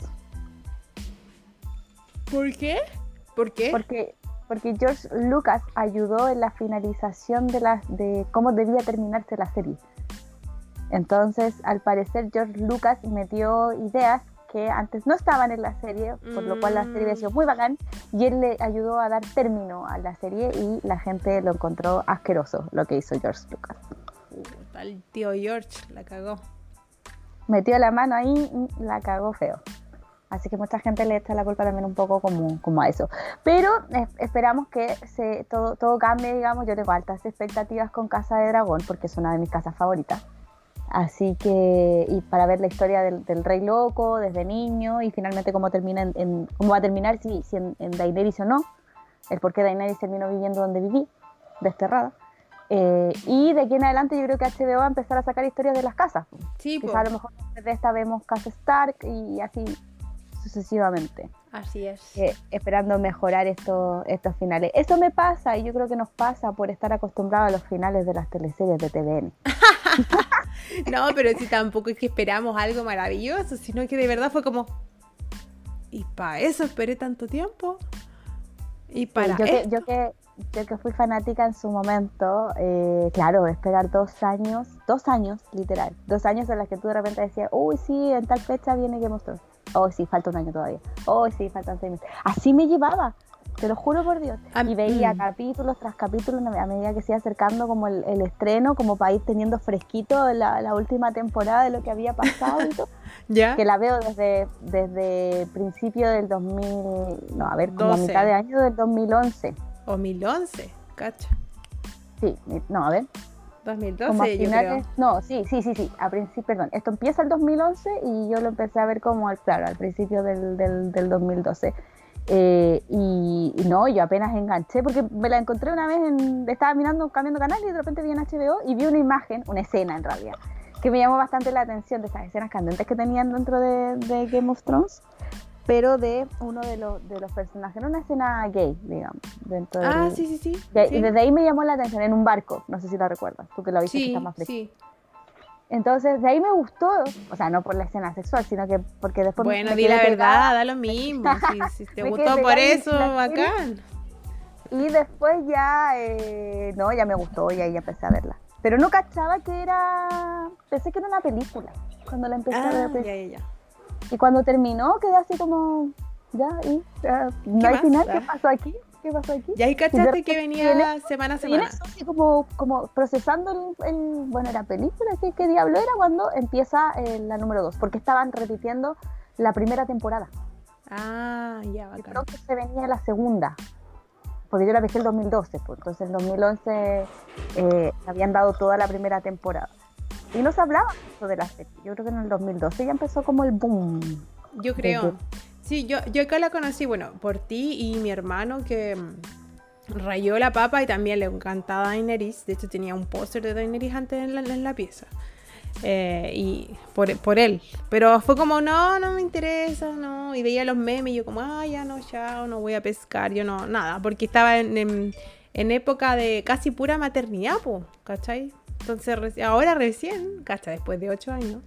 ¿Por qué? ¿Por qué? Porque George Lucas ayudó en la finalización de cómo debía terminarse la serie. Entonces, al parecer, George Lucas metió ideas que antes no estaban en la serie, por lo cual la serie había sido muy bacán, y él le ayudó a dar término a la serie y la gente lo encontró asqueroso, lo que hizo George Lucas. El tío George la cagó. Metió la mano ahí y la cagó feo. Así que mucha gente le echa la culpa también un poco como a eso. Pero esperamos que todo cambie, digamos. Yo tengo altas expectativas con Casa de Dragón porque es una de mis casas favoritas. Así que, y para ver la historia del Rey Loco desde niño y finalmente cómo termina cómo va a terminar, si en Daenerys o no, el por qué Daenerys terminó viviendo donde viví, desterrada. Y de aquí en adelante yo creo que HBO va a empezar a sacar historias de las casas. Sí, Quizá a lo mejor de esta vemos Casa Stark y así sucesivamente. Así es. Esperando mejorar estos finales. Eso me pasa y yo creo que nos pasa por estar acostumbrados a los finales de las teleseries de TVN. No, pero si tampoco es que esperamos algo maravilloso, sino que de verdad fue como... ¿Y para eso esperé tanto tiempo? ¿Y para yo que fui fanática en su momento, claro, esperar 2 años, literal, 2 años en las que tú de repente decías, uy, sí, en tal fecha viene Game of Thrones. Oh, sí, falta un año todavía. Oh, sí, faltan 6 meses. Así me llevaba, te lo juro por Dios. Y veía capítulos tras capítulos a medida que se iba acercando como el estreno, como para ir teniendo fresquito la última temporada de lo que había pasado y todo. ¿Ya? Que la veo desde principio del 2000, no, a ver, como a 12. mitad de año del 2011. ¿O 2011? Cacha. Sí, no, a ver. 2012, Como a yo finales, creo. no, sí, a principio, perdón, esto empieza el 2011 y yo lo empecé a ver como, claro, al principio del 2012. Y no, yo apenas enganché porque me la encontré una vez, estaba mirando, cambiando canal y de repente vi en HBO y vi una imagen, una escena en realidad, que me llamó bastante la atención de esas escenas candentes que tenían dentro de Game of Thrones, pero de uno de los personajes, era una escena gay, digamos, dentro del... Sí. Y desde ahí me llamó la atención, en un barco, no sé si la recuerdas, tú que lo viste que está más fresco. Sí. Entonces, de ahí me gustó, o sea, no por la escena sexual, sino que porque después... Bueno, me di quedé la verdad, pegada, da lo mismo. Si te me gustó quedé por pegada en eso, la serie. bacán. Y después ya, no, ya me gustó y ahí ya empecé a verla. Pero no cachaba que era... Pensé que era una película cuando la empecé a ver. Ya. Y cuando terminó quedé así como... Ya, no hay más? final, ¿qué pasó aquí? ¿Qué pasó aquí? Y ahí Y de cachaste repente que venía semana a Y en semana. eso, así como procesando bueno, la película, ¿qué diablo era? Cuando empieza la número 2, porque estaban repitiendo la primera temporada. Ya, Y bacán. pronto se venía la segunda, porque yo la dejé el 2012, pues, entonces en 2011 habían dado toda la primera temporada. Y no se hablaba mucho de la serie. Yo creo que en el 2012 ya empezó como el boom. Yo creo. Sí, yo acá la conocí, bueno, por ti y mi hermano que rayó la papa y también le encantaba Daenerys. De hecho, tenía un póster de Daenerys antes en la pieza. Y por él. Pero fue como, no me interesa, no. Y veía los memes y yo como, ya no, chao, no voy a pescar. Yo no, nada, porque estaba en época de casi pura maternidad, po, ¿cachai? Entonces, ahora recién, ¿cachai? Después de 8 años,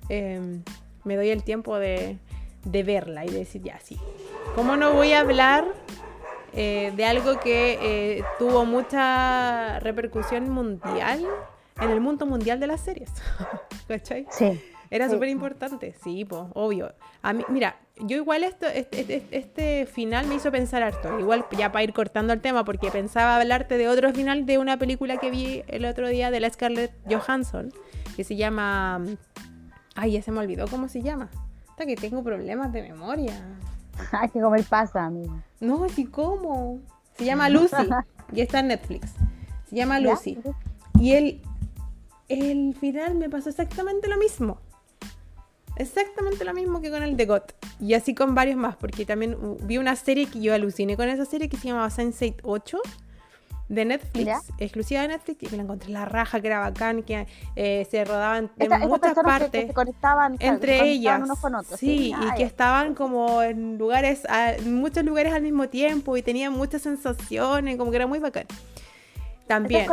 me doy el tiempo de verla y de decir, ya, sí. ¿Cómo no voy a hablar de algo que tuvo mucha repercusión mundial en el mundo mundial de las series? ¿Cachai? Sí. Era súper importante, sí, pues, obvio. A mí, mira, yo igual este final me hizo pensar harto. Igual ya para ir cortando el tema, porque pensaba hablarte de otro final de una película que vi el otro día de la Scarlett Johansson, que se llama... Ay, ya se me olvidó cómo se llama. Hasta que tengo problemas de memoria. Hay que comer pasa, amigo. No, sí, ¿cómo? Se llama Lucy y está en Netflix. Se llama Lucy. ¿Ya? Y el final me pasó exactamente lo mismo. Exactamente lo mismo que con el de GOT. Y así con varios más, porque también vi una serie que yo aluciné con esa serie que se llamaba Sense8 de Netflix, ¿Ya? exclusiva de Netflix, y que la encontré la raja, que era bacán, que se rodaban en Estas muchas personas partes que se conectaban, claro, que se entre conectaban ellas. unos con otros. Sí, y Ah, que ya. estaban como en lugares, en muchos lugares al mismo tiempo y tenían muchas sensaciones, como que era muy bacán. Esto es También.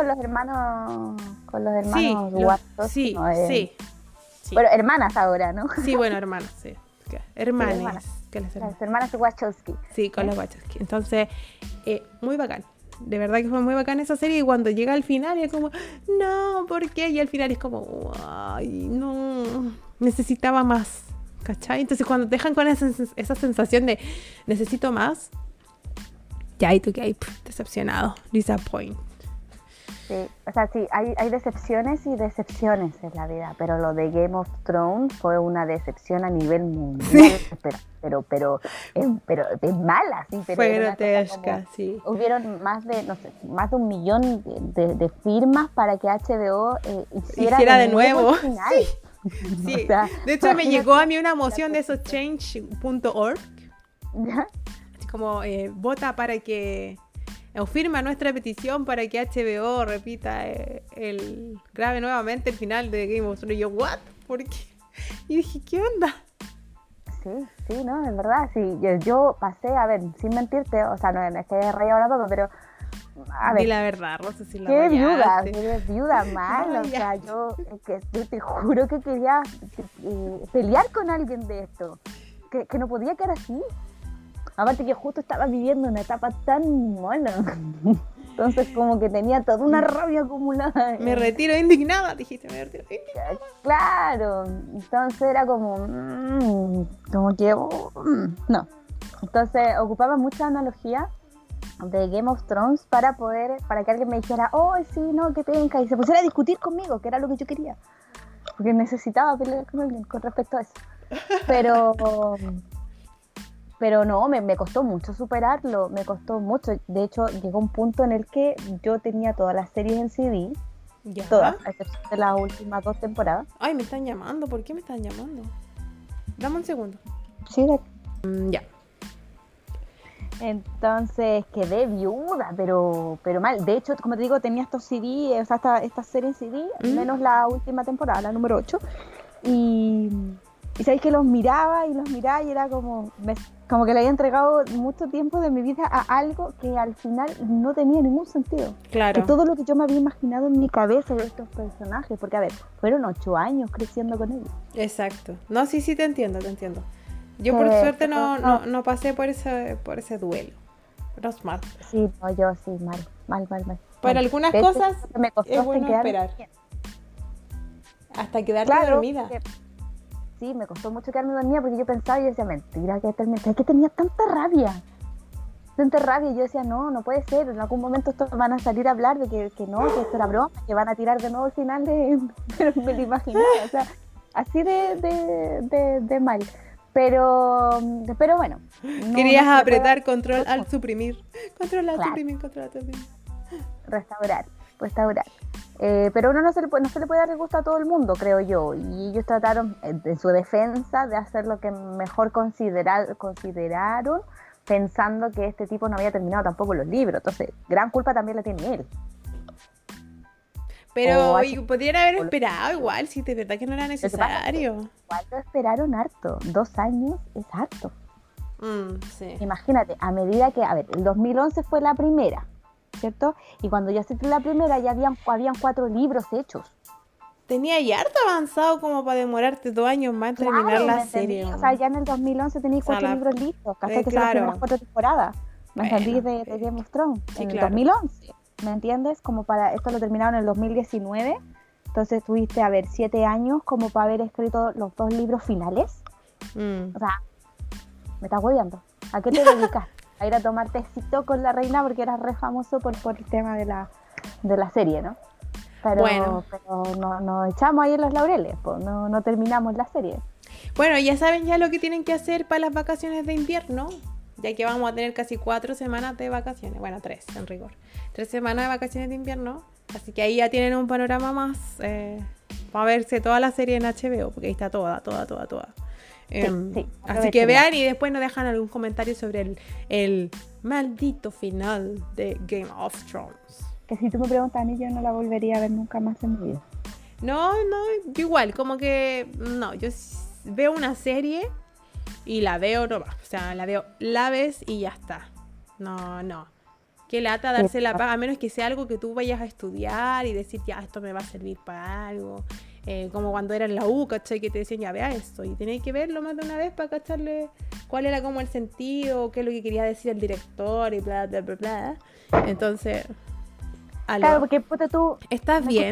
con los Sí, hermanos Wachowski, sí, ¿no? sí, sí. Bueno, hermanas ahora, ¿no? Sí, bueno, hermanos, sí. hermanas. Hermanes. Que las hermanas. Las hermanas Wachowski. Sí, con los Wachowski. Entonces, muy bacán. De verdad que fue muy bacán esa serie. Y cuando llega al final es como, no, ¿por qué? Y al final es como, ay, no, necesitaba más. ¿Cachai? Entonces cuando te dejan con esa sensación de necesito más, ya ahí tú que hay decepcionado, disappoint. Sí, o sea, sí, hay decepciones y decepciones en la vida, pero lo de Game of Thrones fue una decepción a nivel mundial, Sí. pero es mala, sí, pero Fue era una cosa grotesca, como, sí. hubieron más de, no sé, más de 1 millón de firmas para que HBO Hiciera de nuevo. el final. Sí. O sea, De hecho, me imagínate llegó a mí una la moción de esos petición. change.org, ¿Ya? así como vota para que o firma nuestra petición para que HBO repita grabe nuevamente el final de Game of Thrones. Y yo, ¿what? ¿Por qué? Y dije, ¿qué onda? Sí, sí, no, en verdad, sí. Yo pasé, a ver, sin mentirte, o sea, no es que haya rayado la papa, pero a Di ver, la verdad, Rosa, si la qué viuda mal, o sea, yo te juro que quería pelear con alguien de esto, que no podía quedar así. Aparte que justo estaba viviendo una etapa tan mala, entonces como que tenía toda una rabia acumulada. Me retiro indignada, dijiste, me retiro indignada. Claro, entonces era como, como que, no. Entonces ocupaba mucha analogía de Game of Thrones para que alguien me dijera, oh, sí, no, que tenga, y se pusiera a discutir conmigo, que era lo que yo quería, porque necesitaba pelear con alguien con respecto a eso. Pero no, me costó mucho superarlo, me costó mucho. De hecho, llegó un punto en el que yo tenía todas las series en CD, Ya. todas, a excepción de las últimas 2 temporadas. Ay, me están llamando, ¿por qué me están llamando? Dame un segundo. Sí, Ya. entonces quedé viuda, pero mal. De hecho, como te digo, tenía estos CD, o sea, esta serie en CD, menos la última temporada, la número 8. Y sabéis que los miraba y era como que le había entregado mucho tiempo de mi vida a algo que al final no tenía ningún sentido. Claro. Que todo lo que yo me había imaginado en mi cabeza de estos personajes, porque a ver, fueron 8 años creciendo con ellos. Exacto. No, sí, te entiendo. Yo por suerte no pasé por ese duelo. No es mal. Sí, no, yo sí, mal. Para algunas De hecho, cosas me costó es bueno quedarme esperar. bien. Hasta quedarte Claro, dormida. porque sí, me costó mucho quedarme dormida porque yo pensaba y decía, mentira, es que tenía tanta rabia. Y yo decía, no puede ser, en algún momento estos van a salir a hablar de que no, que esto era broma, que van a tirar de nuevo el final pero me lo imaginaba, o sea, así de mal. Pero bueno. Querías no se apretar puede control al suprimir. Control al Claro. suprimir. restaurar. Pero uno no se le puede dar el gusto a todo el mundo, creo yo. Y ellos trataron, en su defensa, de hacer lo que mejor consideraron, pensando que este tipo no había terminado tampoco los libros. Entonces, gran culpa también la tiene él. Pero O podrían haber esperado igual, si de verdad que no era necesario. Igual lo esperaron harto. 2 años es harto. Sí. Imagínate, a medida que, a ver, el 2011 fue la primera, ¿cierto? Y cuando ya se hizo la primera ya habían 4 libros hechos. Tenía ya harto avanzado como para demorarte 2 años más en terminar la serie. O sea, ya en el 2011 tenéis 4 libros listos, casi que son las primeras 4 temporadas. ¿Me entendí de Game of Thrones? Sí, en el claro. 2011, ¿me entiendes? Como para, esto lo terminaron en el 2019, entonces tuviste, a ver, 7 años como para haber escrito los 2 libros finales. O sea, me estás hueviando. ¿A qué te dedicas? A ir a tomar tecito con la reina porque eras re famoso por el tema de la serie, ¿no? Pero nos echamos ahí en los laureles, pues no terminamos la serie. Bueno, ya saben ya lo que tienen que hacer para las vacaciones de invierno, ya que vamos a tener casi 4 semanas de vacaciones. Bueno, 3 en rigor. 3 semanas de vacaciones de invierno. Así que ahí ya tienen un panorama más para verse toda la serie en HBO, porque ahí está toda. Así que vean y después nos dejan algún comentario sobre el maldito final de Game of Thrones. Que si tú me preguntas a mí, yo no la volvería a ver nunca más en mi vida. No, yo igual, como que no, yo veo una serie y la veo nomás, o sea, la ves y ya está. No. Qué lata darse la paga, a menos que sea algo que tú vayas a estudiar y decir, ya, esto me va a servir para algo. Como cuando era en la U, ¿cachai? Que te decían, ya, vea esto. Y tenéis que verlo más de una vez para cacharle cuál era como el sentido, qué es lo que quería decir el director y bla, bla, bla, bla. Entonces, claro, porque puta, tú... ¿Estás bien?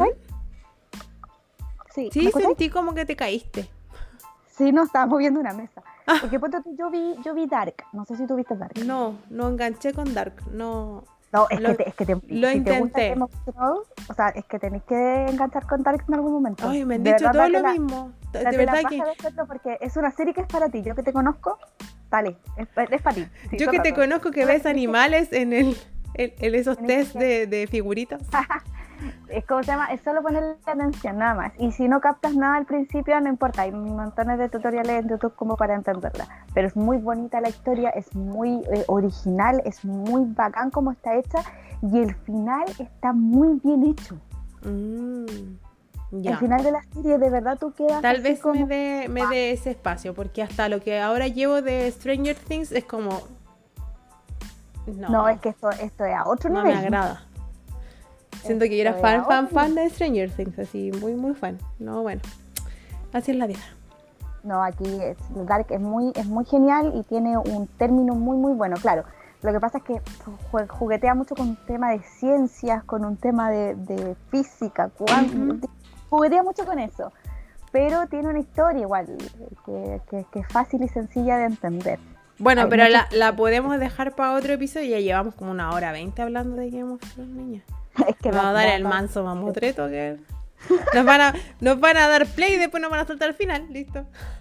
Sí, sentí como que te caíste. Sí, no, estaba moviendo una mesa. Porque puta, yo vi Dark. No sé si tú viste Dark. No enganché con Dark. No, es que lo si intenté. te gusta Game of Thrones, o sea, es que tenés que enganchar con Dark en algún momento. Ay, me han dicho todo lo mismo. De verdad que... Porque es una serie que es para ti. Yo que te conozco, dale, es para ti. Sí, yo que te conozco que ves animales en esos test de figuritas. Es como se llama, es solo ponerle atención nada más. Y si no captas nada al principio, no importa, hay montones de tutoriales en YouTube como para entenderla. Pero es muy bonita la historia, es muy original, es muy bacán como está hecha y el final está muy bien hecho. Ya. El final de la serie, de verdad tú quedas... Tal vez como... me dé ese espacio, porque hasta lo que ahora llevo de Stranger Things es como... No, es que esto es a otro nivel. No me agrada. Siento que yo era fan de Stranger Things, así, muy fan. No, bueno, así es la vida. No, aquí Dark es muy genial y tiene un término muy bueno. Claro, lo que pasa es que juguetea mucho con un tema de ciencias, con un tema de física, juguetea mucho con eso. Pero tiene una historia igual, que es fácil y sencilla de entender. Bueno, pero la podemos dejar para otro episodio. Ya llevamos como 1:20 hablando de Game of Thrones, niña. Es que nos va a dar el manso mamotreto que nos van a dar play y después nos van a soltar al final, listo.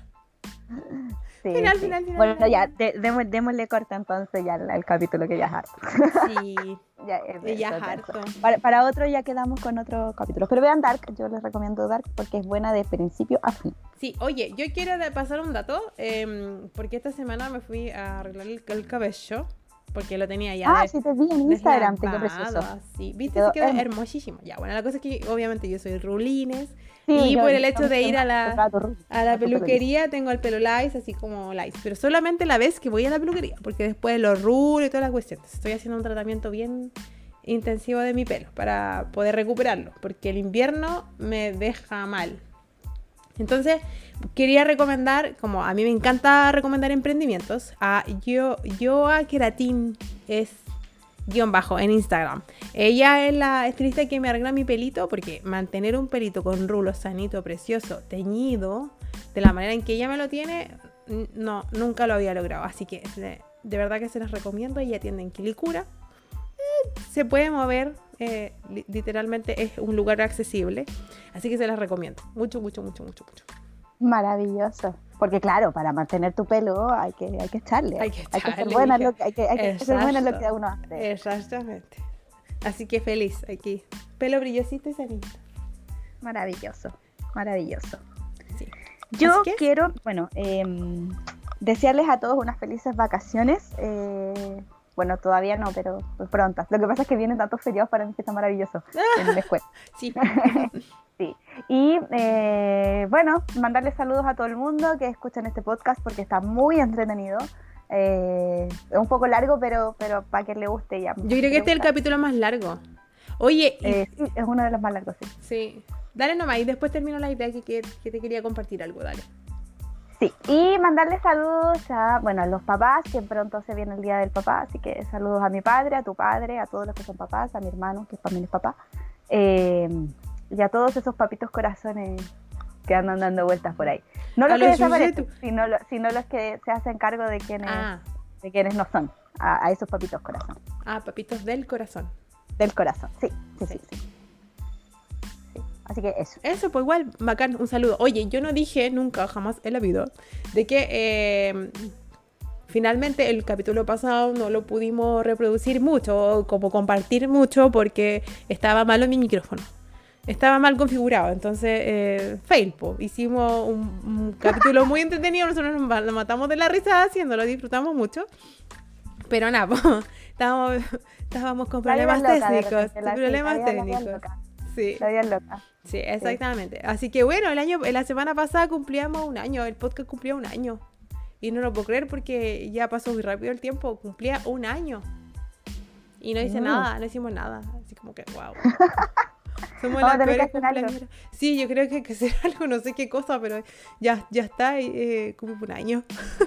Sí, final. Bueno, ya, démosle corta entonces ya el capítulo que ya es harto. Sí, ya es harto. Para otro ya quedamos con otro capítulo. Pero vean Dark, yo les recomiendo Dark porque es buena de principio a fin. Sí, oye, yo quiero pasar un dato, porque esta semana me fui a arreglar el cabello. Porque lo tenía ya. Sí, te vi en Instagram, te quedó precioso. Así. ¿Viste? Se quedó hermosísimo. Ya, bueno, la cosa es que obviamente yo soy rulines. Sí, y por el hecho de ir a la peluquería tengo el pelo lice, así como lice. Pero solamente la vez que voy a la peluquería. Porque después los rulos y todas las cuestiones. Estoy haciendo un tratamiento bien intensivo de mi pelo para poder recuperarlo. Porque el invierno me deja mal. Entonces, quería recomendar, como a mí me encanta recomendar emprendimientos, a Yoa Keratin es _ en Instagram. Ella es la estilista que me arregla mi pelito, porque mantener un pelito con rulo sanito, precioso, teñido, de la manera en que ella me lo tiene, no, nunca lo había logrado. Así que de verdad que se las recomiendo. Ella atiende en Quilicura. Se puede mover, literalmente es un lugar accesible, así que se las recomiendo mucho. Maravilloso, porque claro, para mantener tu pelo hay que echarle, hay que ser buena hay que ser buena en lo que uno hace. Exactamente, así que feliz aquí, pelo brillosito y sanito. Maravilloso. Sí. Yo quiero, desearles a todos unas felices vacaciones. Bueno, todavía no, pero prontas. Lo que pasa es que vienen tantos feriados para mí que está maravilloso en la escuela. Sí. Sí. Y mandarles saludos a todo el mundo que escuchan este podcast porque está muy entretenido. Es un poco largo, pero para que le guste ya. Yo creo que este es el capítulo más largo. Oye, sí, es uno de los más largos, sí. Sí. Dale nomás y después termino la idea que te quería compartir algo, dale. Sí, y mandarle saludos a los papás, que pronto se viene el Día del Papá, así que saludos a mi padre, a tu padre, a todos los que son papás, a mi hermano, que también es papá, y a todos esos papitos corazones que andan dando vueltas por ahí. No los que desaparecen, sino los que se hacen cargo de quienes no son, a esos papitos corazón. Papitos del corazón. Del corazón, sí. Así que eso, pues igual, bacán, un saludo. Oye, yo no dije nunca, jamás en la vida, de que finalmente el capítulo pasado no lo pudimos reproducir mucho, o como compartir mucho, porque estaba malo mi micrófono. Estaba mal configurado, entonces fail, po. Hicimos un capítulo muy entretenido, nosotros nos matamos de la risa haciéndolo, disfrutamos mucho. Pero nada, po, estábamos con problemas técnicos. Problemas técnicos. Sí. La vida es loca. Sí, exactamente. Sí. Así que bueno, la semana pasada cumplíamos un año, el podcast cumplía un año. Y no lo puedo creer porque ya pasó muy rápido el tiempo, cumplía un año. Y no hice nada, no hicimos nada. Así como que, wow. Somos las peores cumpleañeras. Sí, yo creo que hay que hacer algo, no sé qué cosa, pero ya está, cumple un año.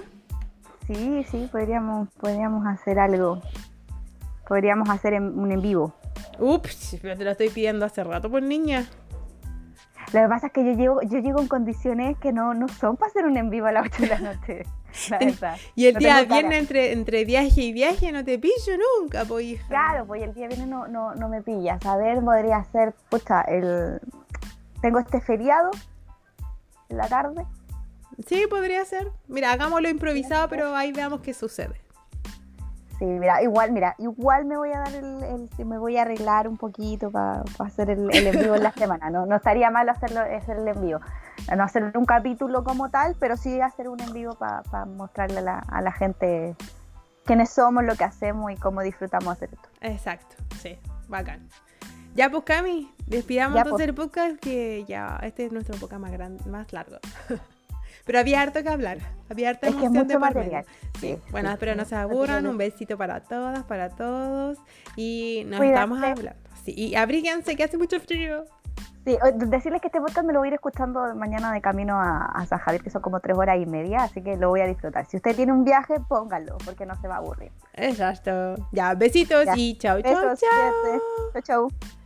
Sí, podríamos hacer algo. Podríamos hacer un en vivo. Ups, pero te lo estoy pidiendo hace rato, pues niña. Lo que pasa es que yo llego en condiciones que no son para hacer un en vivo a las 8 de la noche. La verdad. Y el día viernes entre viaje y viaje no te pillo nunca, pues hija. Claro, pues el día viernes no me pillas. A ver, podría ser, pucha, tengo este feriado en la tarde. Sí, podría ser. Mira, hagámoslo improvisado, pero ahí veamos qué sucede. Sí, igual me voy a dar me voy a arreglar un poquito para hacer el en vivo en la semana. No estaría mal hacer el en vivo. No hacer un capítulo como tal, pero sí hacer un en vivo para mostrarle a la gente quiénes somos, lo que hacemos y cómo disfrutamos hacer esto. Exacto, sí, bacán. Ya pues, Cami, despidamos Ya, entonces el podcast, que ya este es nuestro podcast más largo. Pero había harto que hablar, había harta emoción mucho de por material. medio. Sí. Bueno, sí, espero no se aburran, un besito para todas, para todos, y nos estamos hablando. Sí, y abríguense que hace mucho frío. Sí, decirles que este podcast me lo voy a ir escuchando mañana de camino a San Javier, que son como 3 horas y media, así que lo voy a disfrutar. Si usted tiene un viaje, póngalo, porque no se va a aburrir. Exacto. Ya, besitos y chau, chau, Besos, chau. cuídate. Chau.